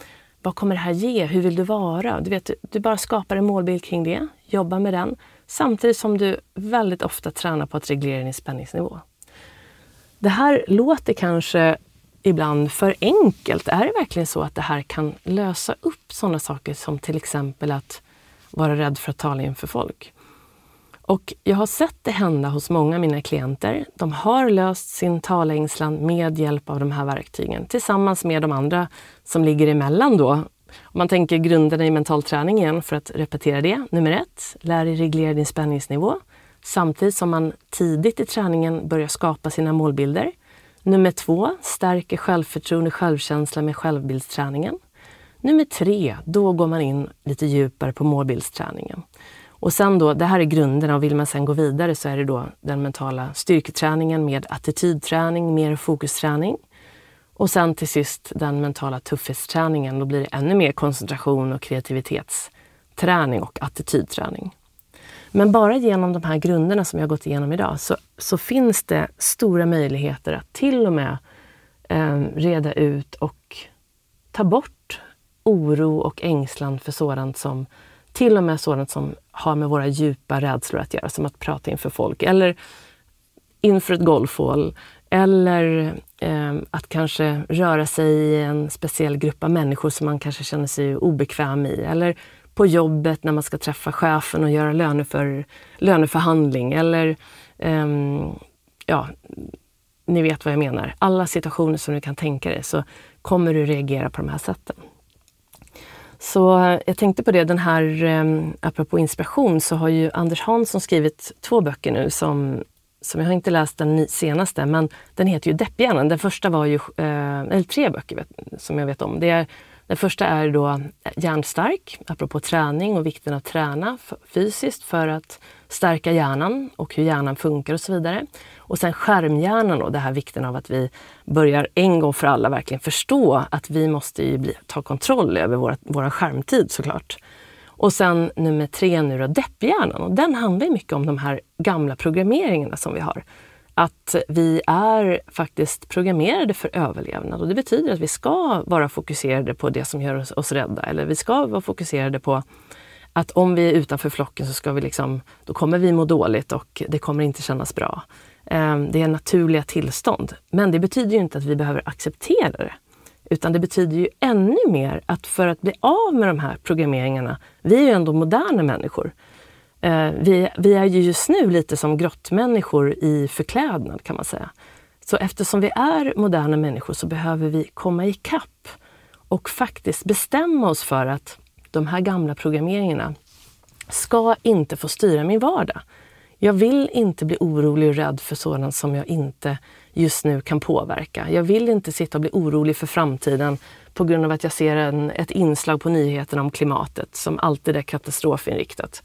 Vad kommer det här ge? Hur vill du vara? Du vet, du bara skapar en målbild kring det, jobbar med den, samtidigt som du väldigt ofta tränar på att reglera din spänningsnivå. Det här låter kanske ibland för enkelt. Är det verkligen så att det här kan lösa upp sådana saker som till exempel att vara rädd för att tala inför folk? Och jag har sett det hända hos många av mina klienter. De har löst sin talängslan med hjälp av de här verktygen tillsammans med de andra som ligger emellan då. Om man tänker grunderna i mental träning igen, för att repetera det. Nummer ett, lär dig reglera din spänningsnivå samtidigt som man tidigt i träningen börjar skapa sina målbilder. Nummer två, stärker självförtroende och självkänsla med självbildsträningen. Nummer tre, då går man in lite djupare på målbildsträningen. Och sen då, det här är grunderna, och vill man sen gå vidare så är det då den mentala styrketräningen med attitydträning, mer fokusträning. Och sen till sist den mentala tuffhetsträningen, då blir det ännu mer koncentration och kreativitetsträning och attitydträning. Men bara genom de här grunderna som jag har gått igenom idag så, så finns det stora möjligheter att till och med eh, reda ut och ta bort oro och ängslan för sådant som, till och med sådant som har med våra djupa rädslor att göra, som att prata inför folk eller inför ett golfhål, eller eh, att kanske röra sig i en speciell grupp av människor som man kanske känner sig obekväm i, eller på jobbet när man ska träffa chefen och göra löneför, löneförhandling, eller eh, ja, ni vet vad jag menar. Alla situationer som du kan tänka dig så kommer du reagera på de här sätten. Så jag tänkte på det, den här, eh, apropå inspiration, så har ju Anders Hansson skrivit två böcker nu som, som jag har inte läst den senaste, men den heter ju Depphjärnan. Den första var ju, eh, eller tre böcker vet, som jag vet om. Det är, den första är då Hjärnstark, apropå träning och vikten av att träna fysiskt för att stärka hjärnan och hur hjärnan funkar och så vidare. Och sen Skärmhjärnan och det här vikten av att vi börjar en gång för alla verkligen förstå att vi måste ju bli, ta kontroll över vår, vår skärmtid såklart. Och sen nummer tre nu då, Depphjärnan, och den handlar mycket om de här gamla programmeringarna som vi har. Att vi är faktiskt programmerade för överlevnad, och det betyder att vi ska vara fokuserade på det som gör oss, oss rädda, eller vi ska vara fokuserade på att om vi är utanför flocken så ska vi liksom, då kommer vi må dåligt och det kommer inte kännas bra. Det är naturliga tillstånd, men det betyder ju inte att vi behöver acceptera det. Utan det betyder ju ännu mer att för att bli av med de här programmeringarna, vi är ju ändå moderna människor. Vi, vi är ju just nu lite som grottmänniskor i förklädnad kan man säga. Så eftersom vi är moderna människor så behöver vi komma ikapp och faktiskt bestämma oss för att de här gamla programmeringarna ska inte få styra min vardag. Jag vill inte bli orolig och rädd för sådant som jag inte just nu kan påverka. Jag vill inte sitta och bli orolig för framtiden på grund av att jag ser en, ett inslag på nyheterna om klimatet som alltid är katastrofinriktat.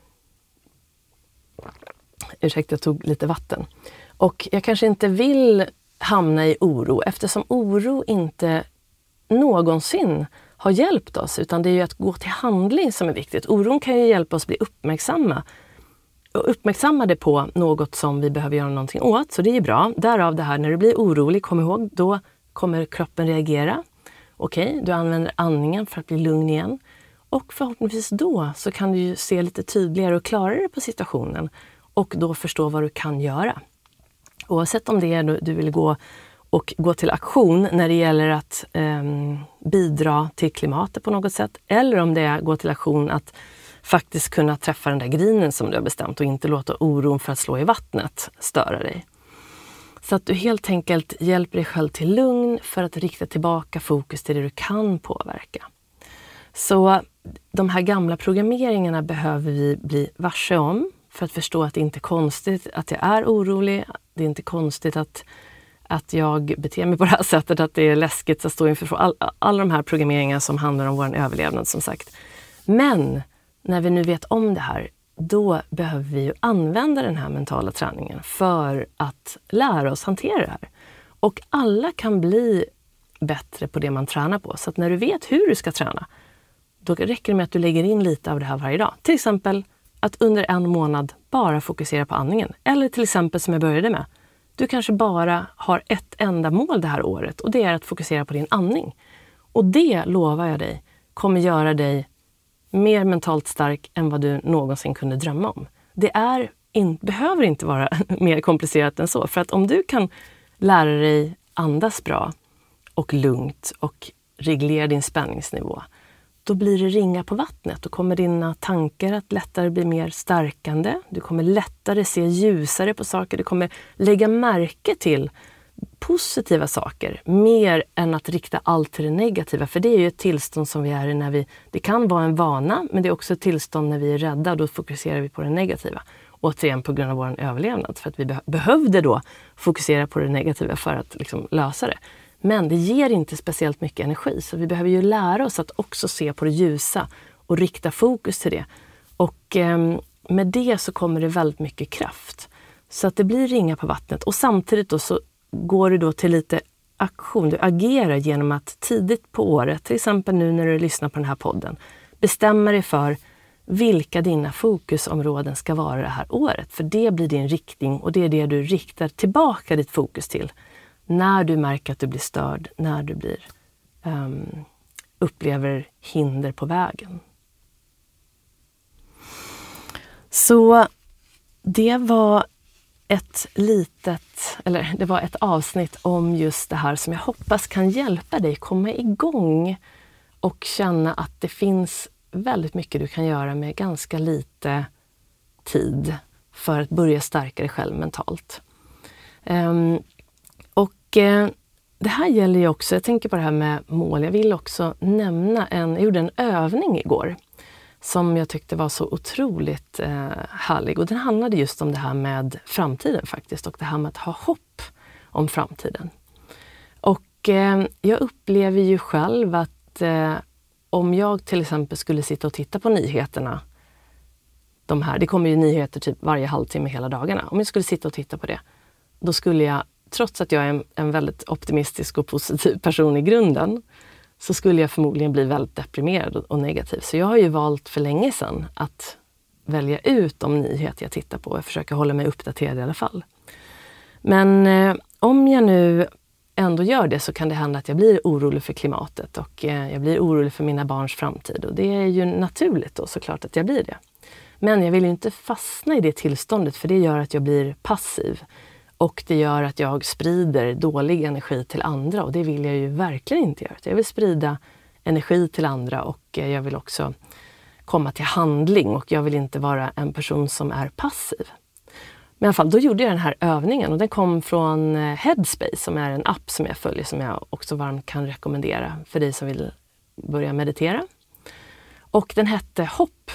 Ursäkta, jag tog lite vatten. Och jag kanske inte vill hamna i oro eftersom oro inte någonsin har hjälpt oss, utan det är ju att gå till handling som är viktigt. Oron kan ju hjälpa oss bli uppmärksamma och uppmärksammade på något som vi behöver göra någonting åt, så det är bra. Därav det här, när du blir orolig, kom ihåg, då kommer kroppen reagera. Okej, okay, du använder andningen för att bli lugn igen. Och förhoppningsvis då så kan du ju se lite tydligare och klarare på situationen och då förstå vad du kan göra. Oavsett om det är du, du vill gå och gå till aktion när det gäller att eh, bidra till klimatet på något sätt, eller om det är att gå till aktion att faktiskt kunna träffa den där grinen som du har bestämt och inte låta oron för att slå i vattnet störa dig. Så att du helt enkelt hjälper dig själv till lugn för att rikta tillbaka fokus till det du kan påverka. Så de här gamla programmeringarna behöver vi bli varse om för att förstå att det inte är konstigt att jag är orolig. Det är inte konstigt att, att jag beter mig på det här sättet, att det är läskigt att stå inför all, alla de här programmeringarna som handlar om vår överlevnad som sagt. Men när vi nu vet om det här, då behöver vi ju använda den här mentala träningen för att lära oss hantera det här. Och alla kan bli bättre på det man tränar på. Så att när du vet hur du ska träna, då räcker det med att du lägger in lite av det här varje dag. Till exempel att under en månad bara fokusera på andningen. Eller till exempel som jag började med. Du kanske bara har ett enda mål det här året och det är att fokusera på din andning. Och det lovar jag dig kommer göra dig mer mentalt stark än vad du någonsin kunde drömma om. Det är in, behöver inte vara mer komplicerat än så. För att om du kan lära dig andas bra och lugnt och reglera din spänningsnivå, då blir det ringar på vattnet. Då kommer dina tankar att lättare bli mer stärkande. Du kommer lättare se ljusare på saker. Du kommer lägga märke till positiva saker mer än att rikta allt till det negativa. För det är ju ett tillstånd som vi är i när vi... Det kan vara en vana, men det är också ett tillstånd när vi är rädda och då fokuserar vi på det negativa. Återigen på grund av vår överlevnad. För att vi be- behövde då fokusera på det negativa för att liksom lösa det. Men det ger inte speciellt mycket energi. Så vi behöver ju lära oss att också se på det ljusa och rikta fokus till det. Och eh, med det så kommer det väldigt mycket kraft. Så att det blir ringar på vattnet. Och samtidigt då så går du då till lite aktion. Du agerar genom att tidigt på året, till exempel nu när du lyssnar på den här podden, bestämma dig för vilka dina fokusområden ska vara det här året. För det blir din riktning och det är det du riktar tillbaka ditt fokus till. När du märker att du blir störd, när du blir, um, upplever hinder på vägen. Så det var ett litet, eller det var ett avsnitt om just det här som jag hoppas kan hjälpa dig komma igång och känna att det finns väldigt mycket du kan göra med ganska lite tid för att börja stärka dig själv mentalt. Um, och uh, det här gäller ju också, jag tänker på det här med mål, jag vill också nämna en, jag gjorde en övning igår som jag tyckte var så otroligt eh, härlig. Och den handlade just om det här med framtiden faktiskt. Och det här med att ha hopp om framtiden. Och eh, jag upplever ju själv att eh, om jag till exempel skulle sitta och titta på nyheterna. De här, det kommer ju nyheter typ varje halvtimme hela dagarna. Om jag skulle sitta och titta på det. Då skulle jag, trots att jag är en, en väldigt optimistisk och positiv person i grunden, så skulle jag förmodligen bli väldigt deprimerad och negativ. Så jag har ju valt för länge sedan att välja ut de nyheter jag tittar på och försöka hålla mig uppdaterad i alla fall. Men eh, om jag nu ändå gör det så kan det hända att jag blir orolig för klimatet och eh, jag blir orolig för mina barns framtid. Och det är ju naturligt då såklart att jag blir det. Men jag vill ju inte fastna i det tillståndet för det gör att jag blir passiv. Och det gör att jag sprider dålig energi till andra och det vill jag ju verkligen inte göra. Jag vill sprida energi till andra och jag vill också komma till handling och jag vill inte vara en person som är passiv. Men i alla fall, då gjorde jag den här övningen och den kom från Headspace som är en app som jag följer som jag också varmt kan rekommendera för dig som vill börja meditera. Och den hette Hopp.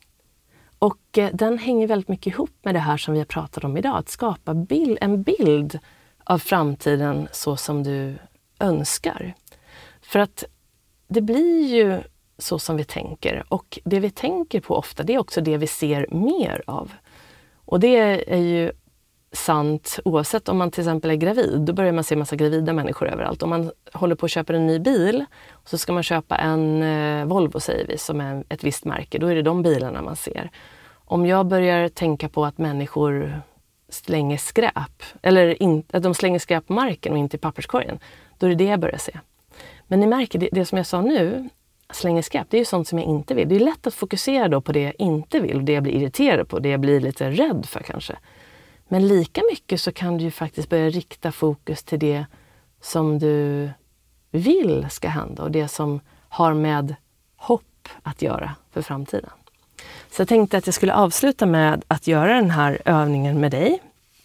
Och den hänger väldigt mycket ihop med det här som vi har pratat om idag. Att skapa bild, en bild av framtiden så som du önskar. För att det blir ju så som vi tänker. Och det vi tänker på ofta, det är också det vi ser mer av. Och det är ju sant oavsett om man till exempel är gravid. Då börjar man se massa gravida människor överallt. Om man håller på att köpa en ny bil så ska man köpa en eh, Volvo säger vi som är ett visst märke. Då är det de bilarna man ser. Om jag börjar tänka på att människor slänger skräp eller in, att de slänger skräp på marken och inte i papperskorgen. Då är det det jag börjar se. Men ni märker det, det som jag sa nu, slänger skräp, det är ju sånt som jag inte vill. Det är lätt att fokusera då på det jag inte vill. Det jag blir irriterad på, det jag blir lite rädd för kanske. Men lika mycket så kan du ju faktiskt börja rikta fokus till det som du vill ska hända och det som har med hopp att göra för framtiden. Så jag tänkte att jag skulle avsluta med att göra den här övningen med dig.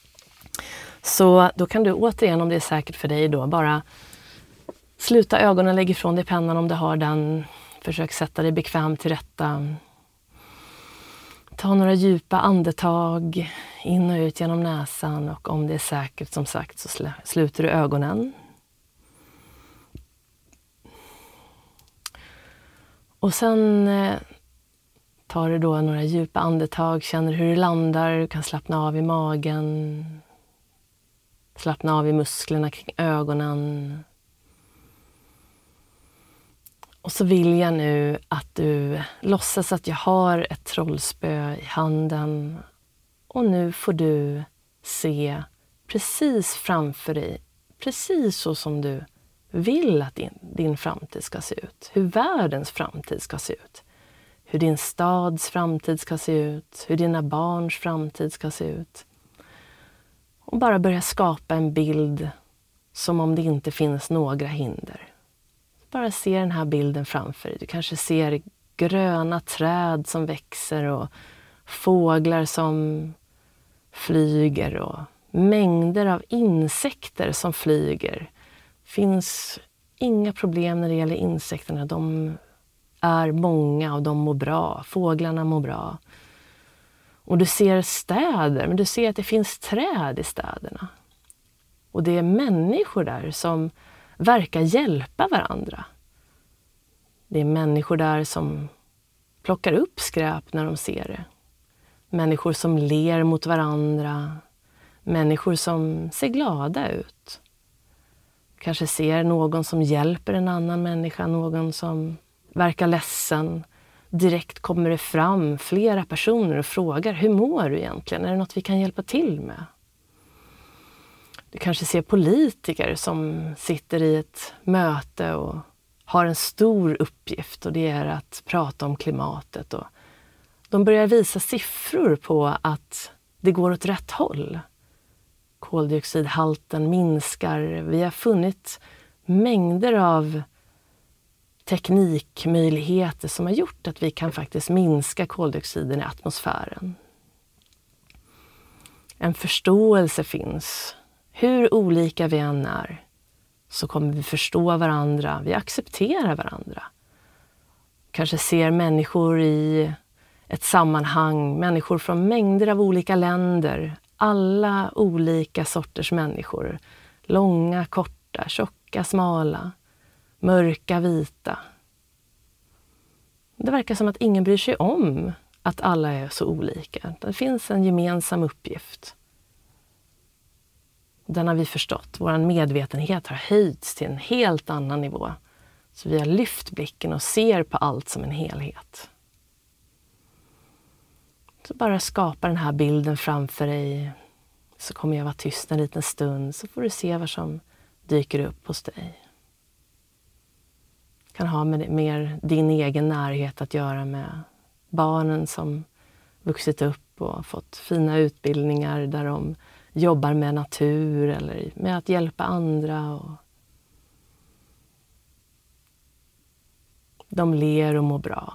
Så då kan du återigen, om det är säkert för dig då, bara sluta ögonen, lägg ifrån dig pennan om du har den. Försök sätta dig bekvämt till rätta. Ta några djupa andetag in och ut genom näsan och om det är säkert som sagt så sl- sluter du ögonen. Och sen eh, tar du då några djupa andetag, känner hur du landar, du kan slappna av i magen. Slappna av i musklerna kring ögonen. Och så vill jag nu att du låtsas att jag har ett trollspö i handen. Och nu får du se precis framför dig, precis så som du vill att din, din framtid ska se ut. Hur världens framtid ska se ut. Hur din stads framtid ska se ut. Hur dina barns framtid ska se ut. Och bara börja skapa en bild som om det inte finns några hinder. Bara se den här bilden framför dig. Du kanske ser gröna träd som växer och fåglar som flyger och mängder av insekter som flyger. Det finns inga problem när det gäller insekterna. De är många och de mår bra. Fåglarna mår bra. Och du ser städer, men du ser att det finns träd i städerna. Och det är människor där som verkar hjälpa varandra. Det är människor där som plockar upp skräp när de ser det. Människor som ler mot varandra. Människor som ser glada ut. Kanske ser någon som hjälper en annan människa, någon som verkar ledsen. Direkt kommer det fram flera personer och frågar, hur mår du egentligen? Är det något vi kan hjälpa till med? Du kanske ser politiker som sitter i ett möte och har en stor uppgift, och det är att prata om klimatet. Och de börjar visa siffror på att det går åt rätt håll. Koldioxidhalten minskar. Vi har funnit mängder av teknikmöjligheter som har gjort att vi kan faktiskt minska koldioxiden i atmosfären. En förståelse finns. Hur olika vi än är så kommer vi förstå varandra. Vi accepterar varandra. Kanske ser människor i ett sammanhang. Människor från mängder av olika länder. Alla olika sorters människor. Långa, korta, tjocka, smala. Mörka, vita. Det verkar som att ingen bryr sig om att alla är så olika. Det finns en gemensam uppgift. Den har vi förstått. Vår medvetenhet har höjts till en helt annan nivå. Så vi har lyft blicken och ser på allt som en helhet. Så bara skapa den här bilden framför dig. Så kommer jag vara tyst en liten stund. Så får du se vad som dyker upp hos dig. Kan ha med mer din egen närhet att göra, med barnen som vuxit upp och fått fina utbildningar där de jobbar med natur eller med att hjälpa andra. Och de ler och mår bra.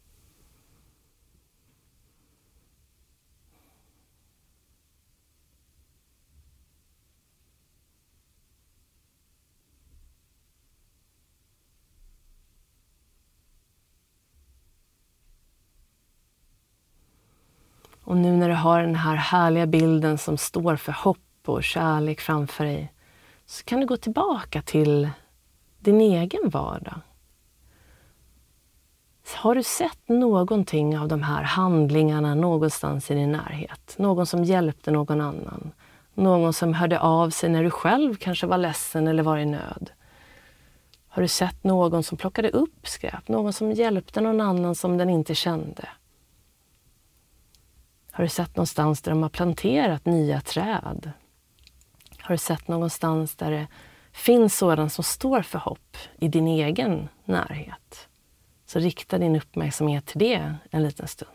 Och nu när du har den här härliga bilden som står för hopp och kärlek framför dig, så kan du gå tillbaka till din egen vardag. Så har du sett någonting av de här handlingarna någonstans i din närhet? Någon som hjälpte någon annan? Någon som hörde av sig när du själv kanske var ledsen eller var i nöd? Har du sett någon som plockade upp skräp? Någon som hjälpte någon annan som den inte kände? Har du sett någonstans där de har planterat nya träd? Har du sett någonstans där det finns sådant som står för hopp i din egen närhet? Så rikta din uppmärksamhet till det en liten stund.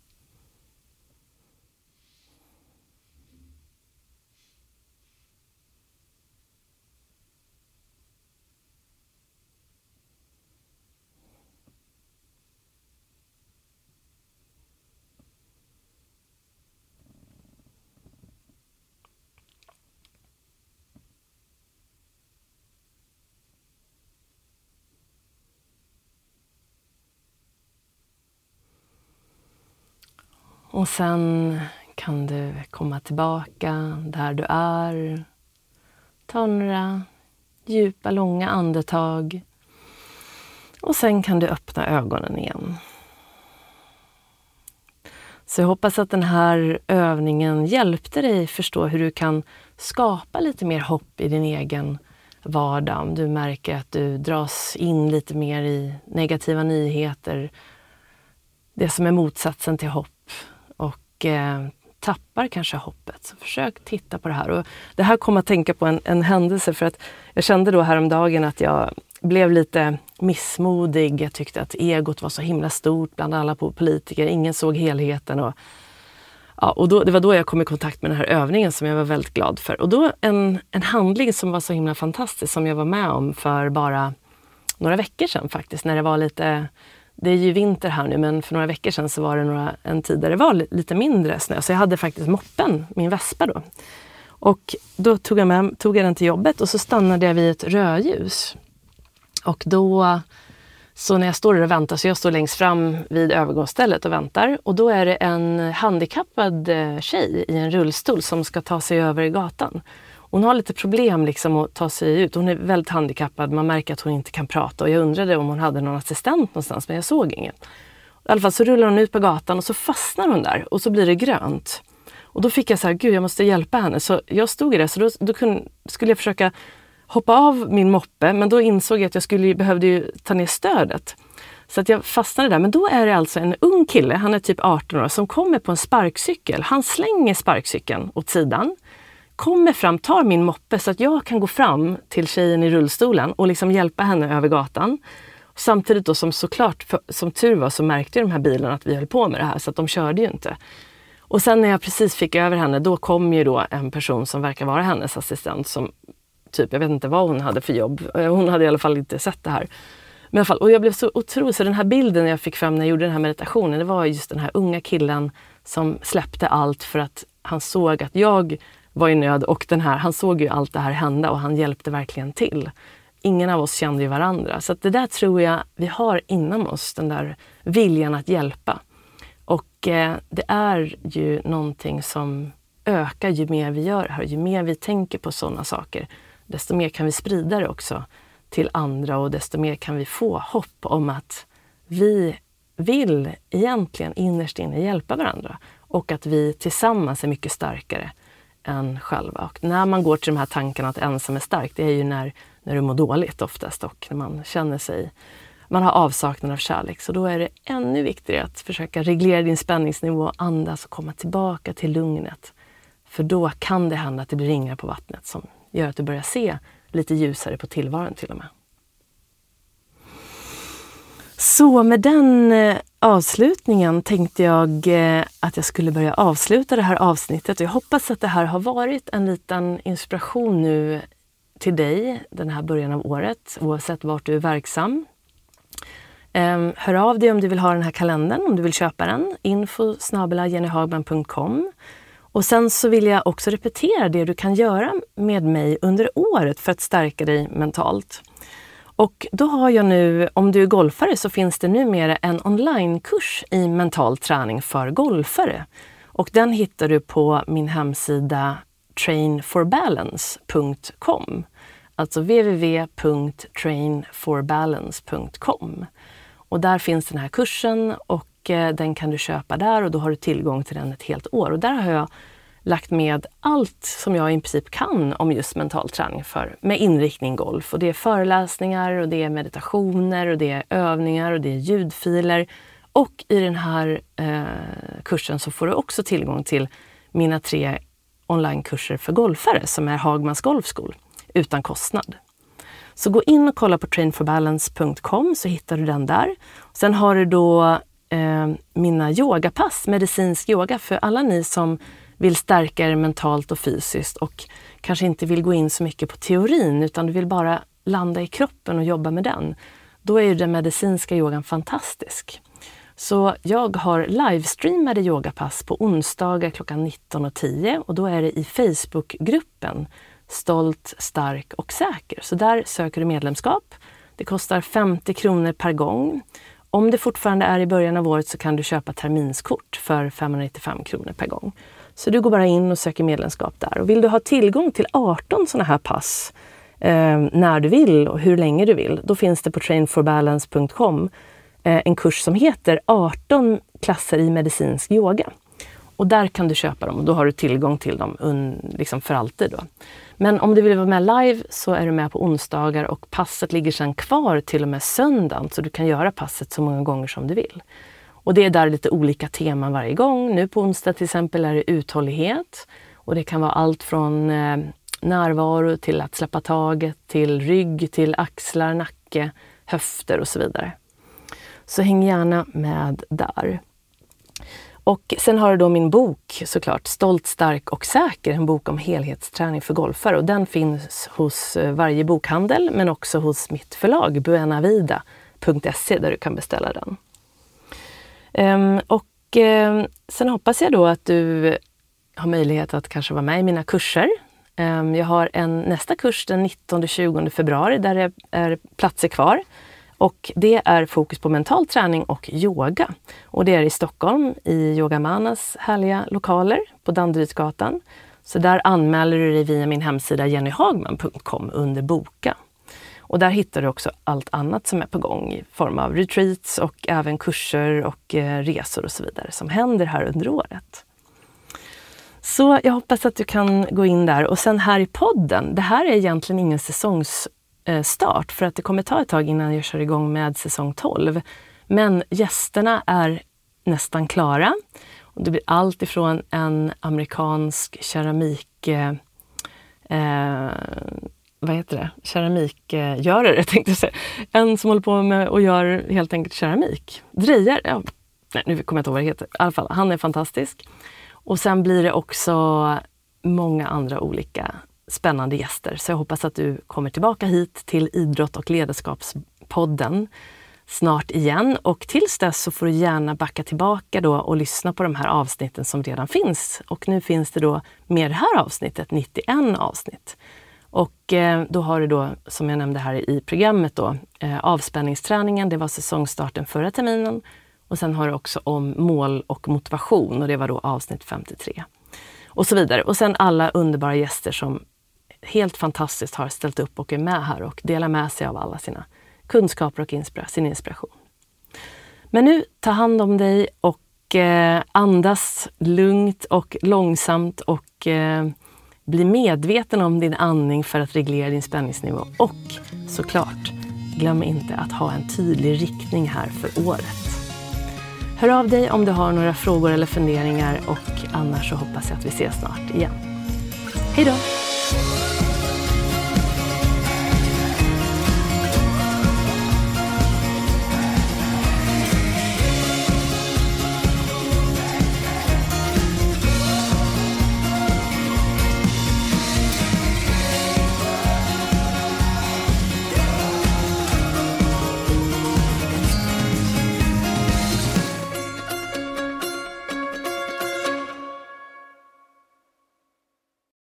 Och sen kan du komma tillbaka där du är. Ta några djupa, långa andetag. Och sen kan du öppna ögonen igen. Så jag hoppas att den här övningen hjälpte dig förstå hur du kan skapa lite mer hopp i din egen vardag. Om du märker att du dras in lite mer i negativa nyheter. Det som är motsatsen till hopp. Och eh, tappar kanske hoppet. Så försök titta på det här. Och det här kommer att tänka på en, en händelse, för att jag kände då häromdagen att jag blev lite missmodig. Jag tyckte att egot var så himla stort bland alla politiker. Ingen såg helheten. Och, ja, och då, det var då jag kom i kontakt med den här övningen som jag var väldigt glad för. Och då en, en handling som var så himla fantastisk som jag var med om för bara några veckor sedan faktiskt. När det var lite, det är ju vinter här nu, men för några veckor sedan så var det några, en tid där det var lite mindre snö. Så jag hade faktiskt moppen, min vespa då. Och då tog jag, med, tog jag den till jobbet och så stannade jag vid ett rödljus. Och då, så när jag står där och väntar, så jag står längst fram vid övergångsstället och väntar. Och då är det en handikappad tjej i en rullstol som ska ta sig över gatan. Hon har lite problem liksom att ta sig ut. Hon är väldigt handikappad, man märker att hon inte kan prata. Och jag undrade om hon hade någon assistent någonstans, men jag såg ingen. I alla fall så rullar hon ut på gatan och så fastnar hon där och så blir det grönt. Och då fick jag så här, gud jag måste hjälpa henne. Så jag stod i det, så då, då kunde, skulle jag försöka hoppa av min moppe, men då insåg jag att jag skulle, behövde ju ta ner stödet. Så att jag fastnade där. Men då är det alltså en ung kille, han är typ arton år, som kommer på en sparkcykel. Han slänger sparkcykeln åt sidan, kommer fram, tar min moppe så att jag kan gå fram till tjejen i rullstolen och liksom hjälpa henne över gatan. Samtidigt då som såklart, för, som tur var, så märkte de här bilarna att vi höll på med det här, så att de körde ju inte. Och sen när jag precis fick över henne, då kom ju då en person som verkar vara hennes assistent som typ, jag vet inte vad hon hade för jobb. Hon hade i alla fall inte sett det här. Men i alla fall, och jag blev så otrolig, så den här bilden jag fick fram när jag gjorde den här meditationen, det var just den här unga killen som släppte allt för att han såg att jag var i nöd, och den här, han såg ju allt det här hända och han hjälpte verkligen till. Ingen av oss kände ju varandra. Så att det där tror jag vi har inom oss, den där viljan att hjälpa. Och eh, det är ju någonting som ökar ju mer vi gör här, ju mer vi tänker på sådana saker, desto mer kan vi sprida det också till andra, och desto mer kan vi få hopp om att vi vill egentligen innerst inne hjälpa varandra och att vi tillsammans är mycket starkare än själva. Och när man går till de här tankarna att ensam är stark, det är ju när, när du mår dåligt oftast, och när man känner sig, man har avsaknad av kärlek. Så då är det ännu viktigare att försöka reglera din spänningsnivå, andas och komma tillbaka till lugnet. För då kan det hända att det blir ringar på vattnet som gör att du börjar se lite ljusare på tillvaron till och med. Så med den avslutningen tänkte jag att jag skulle börja avsluta det här avsnittet. Jag hoppas att det här har varit en liten inspiration nu till dig den här början av året, oavsett vart du är verksam. Hör av dig om du vill ha den här kalendern, om du vill köpa den. info snabel-a jenny hagman punkt com. Och sen så vill jag också repetera det du kan göra med mig under året för att stärka dig mentalt. Och då har jag nu, om du är golfare, så finns det numera en onlinekurs i mental träning för golfare. Och den hittar du på min hemsida train for balance punkt com. Alltså w w w punkt train for balance punkt com. Och där finns den här kursen, och den kan du köpa där, och då har du tillgång till den ett helt år. Och där har jag lagt med allt som jag i princip kan om just mental träning för, med inriktning golf. Och det är föreläsningar, och det är meditationer, och det är övningar, och det är ljudfiler. Och i den här eh, kursen så får du också tillgång till mina tre onlinekurser för golfare som är Hagmans Golfskol utan kostnad. Så gå in och kolla på train for balance punkt com, så hittar du den där. Sen har du då eh, mina yogapass, medicinsk yoga, för alla ni som vill stärka er mentalt och fysiskt och kanske inte vill gå in så mycket på teorin, utan du vill bara landa i kroppen och jobba med den. Då är ju den medicinska yogan fantastisk. Så jag har livestreamade yogapass på onsdagar klockan nitton och tio, och då är det i Facebookgruppen Stolt, stark och säker. Så där söker du medlemskap. Det kostar femtio kronor per gång. Om det fortfarande är i början av året så kan du köpa terminskort för femhundranittiofem kronor per gång. Så du går bara in och söker medlemskap där. Och vill du ha tillgång till arton sådana här pass eh, när du vill och hur länge du vill, då finns det på train for balance punkt com eh, en kurs som heter arton klasser i medicinsk yoga. Och där kan du köpa dem, och då har du tillgång till dem un, liksom för alltid då. Men om du vill vara med live så är du med på onsdagar, och passet ligger sedan kvar till och med söndagen, så du kan göra passet så många gånger som du vill. Och det är där lite olika teman varje gång. Nu på onsdag till exempel är det uthållighet. Och det kan vara allt från eh, närvaro till att släppa taget, till rygg, till axlar, nacke, höfter och så vidare. Så häng gärna med där. Och sen har du då min bok såklart, Stolt, stark och säker, en bok om helhetsträning för golfare. Och den finns hos varje bokhandel men också hos mitt förlag buenavida punkt se där du kan beställa den. Um, och um, sen hoppas jag då att du har möjlighet att kanske vara med i mina kurser. Um, jag har en nästa kurs den nittonde till tjugonde februari där det är platser kvar. Och det är fokus på mental träning och yoga. Och det är i Stockholm i Yogamanas härliga lokaler på Danderydsgatan. Så där anmäler du dig via min hemsida jenny hagman punkt com under boka. Och där hittar du också allt annat som är på gång i form av retreats och även kurser och eh, resor och så vidare som händer här under året. Så jag hoppas att du kan gå in där. Och sen här i podden, det här är egentligen ingen säsongsstart för att det kommer ta ett tag innan jag kör igång med säsong tolv. Men gästerna är nästan klara. Och det blir allt ifrån en amerikansk keramik... Eh, vad heter det? Keramikgörare tänkte jag säga. En som håller på med och gör helt enkelt keramik. Drejar, ja. Nej, nu kommer jag inte ihåg vad det heter. I alla fall, han är fantastisk. Och sen blir det också många andra olika spännande gäster. Så jag hoppas att du kommer tillbaka hit till Idrott- och ledarskapspodden snart igen. Och tills dess så får du gärna backa tillbaka då och lyssna på de här avsnitten som redan finns. Och nu finns det då med det här avsnittet, nittioett avsnitt. Och eh, då har du då, som jag nämnde här i programmet då, eh, avspänningsträningen, det var säsongstarten förra terminen. Och sen har du också om mål och motivation och det var då avsnitt femtiotre. Och så vidare. Och sen alla underbara gäster som helt fantastiskt har ställt upp och är med här och delar med sig av alla sina kunskaper och inspira- sin inspiration. Men nu, ta hand om dig och eh, andas lugnt och långsamt och eh, bli medveten om din andning för att reglera din spänningsnivå. Och såklart, glöm inte att ha en tydlig riktning här för året. Hör av dig om du har några frågor eller funderingar och annars så hoppas jag att vi ses snart igen. Hej då!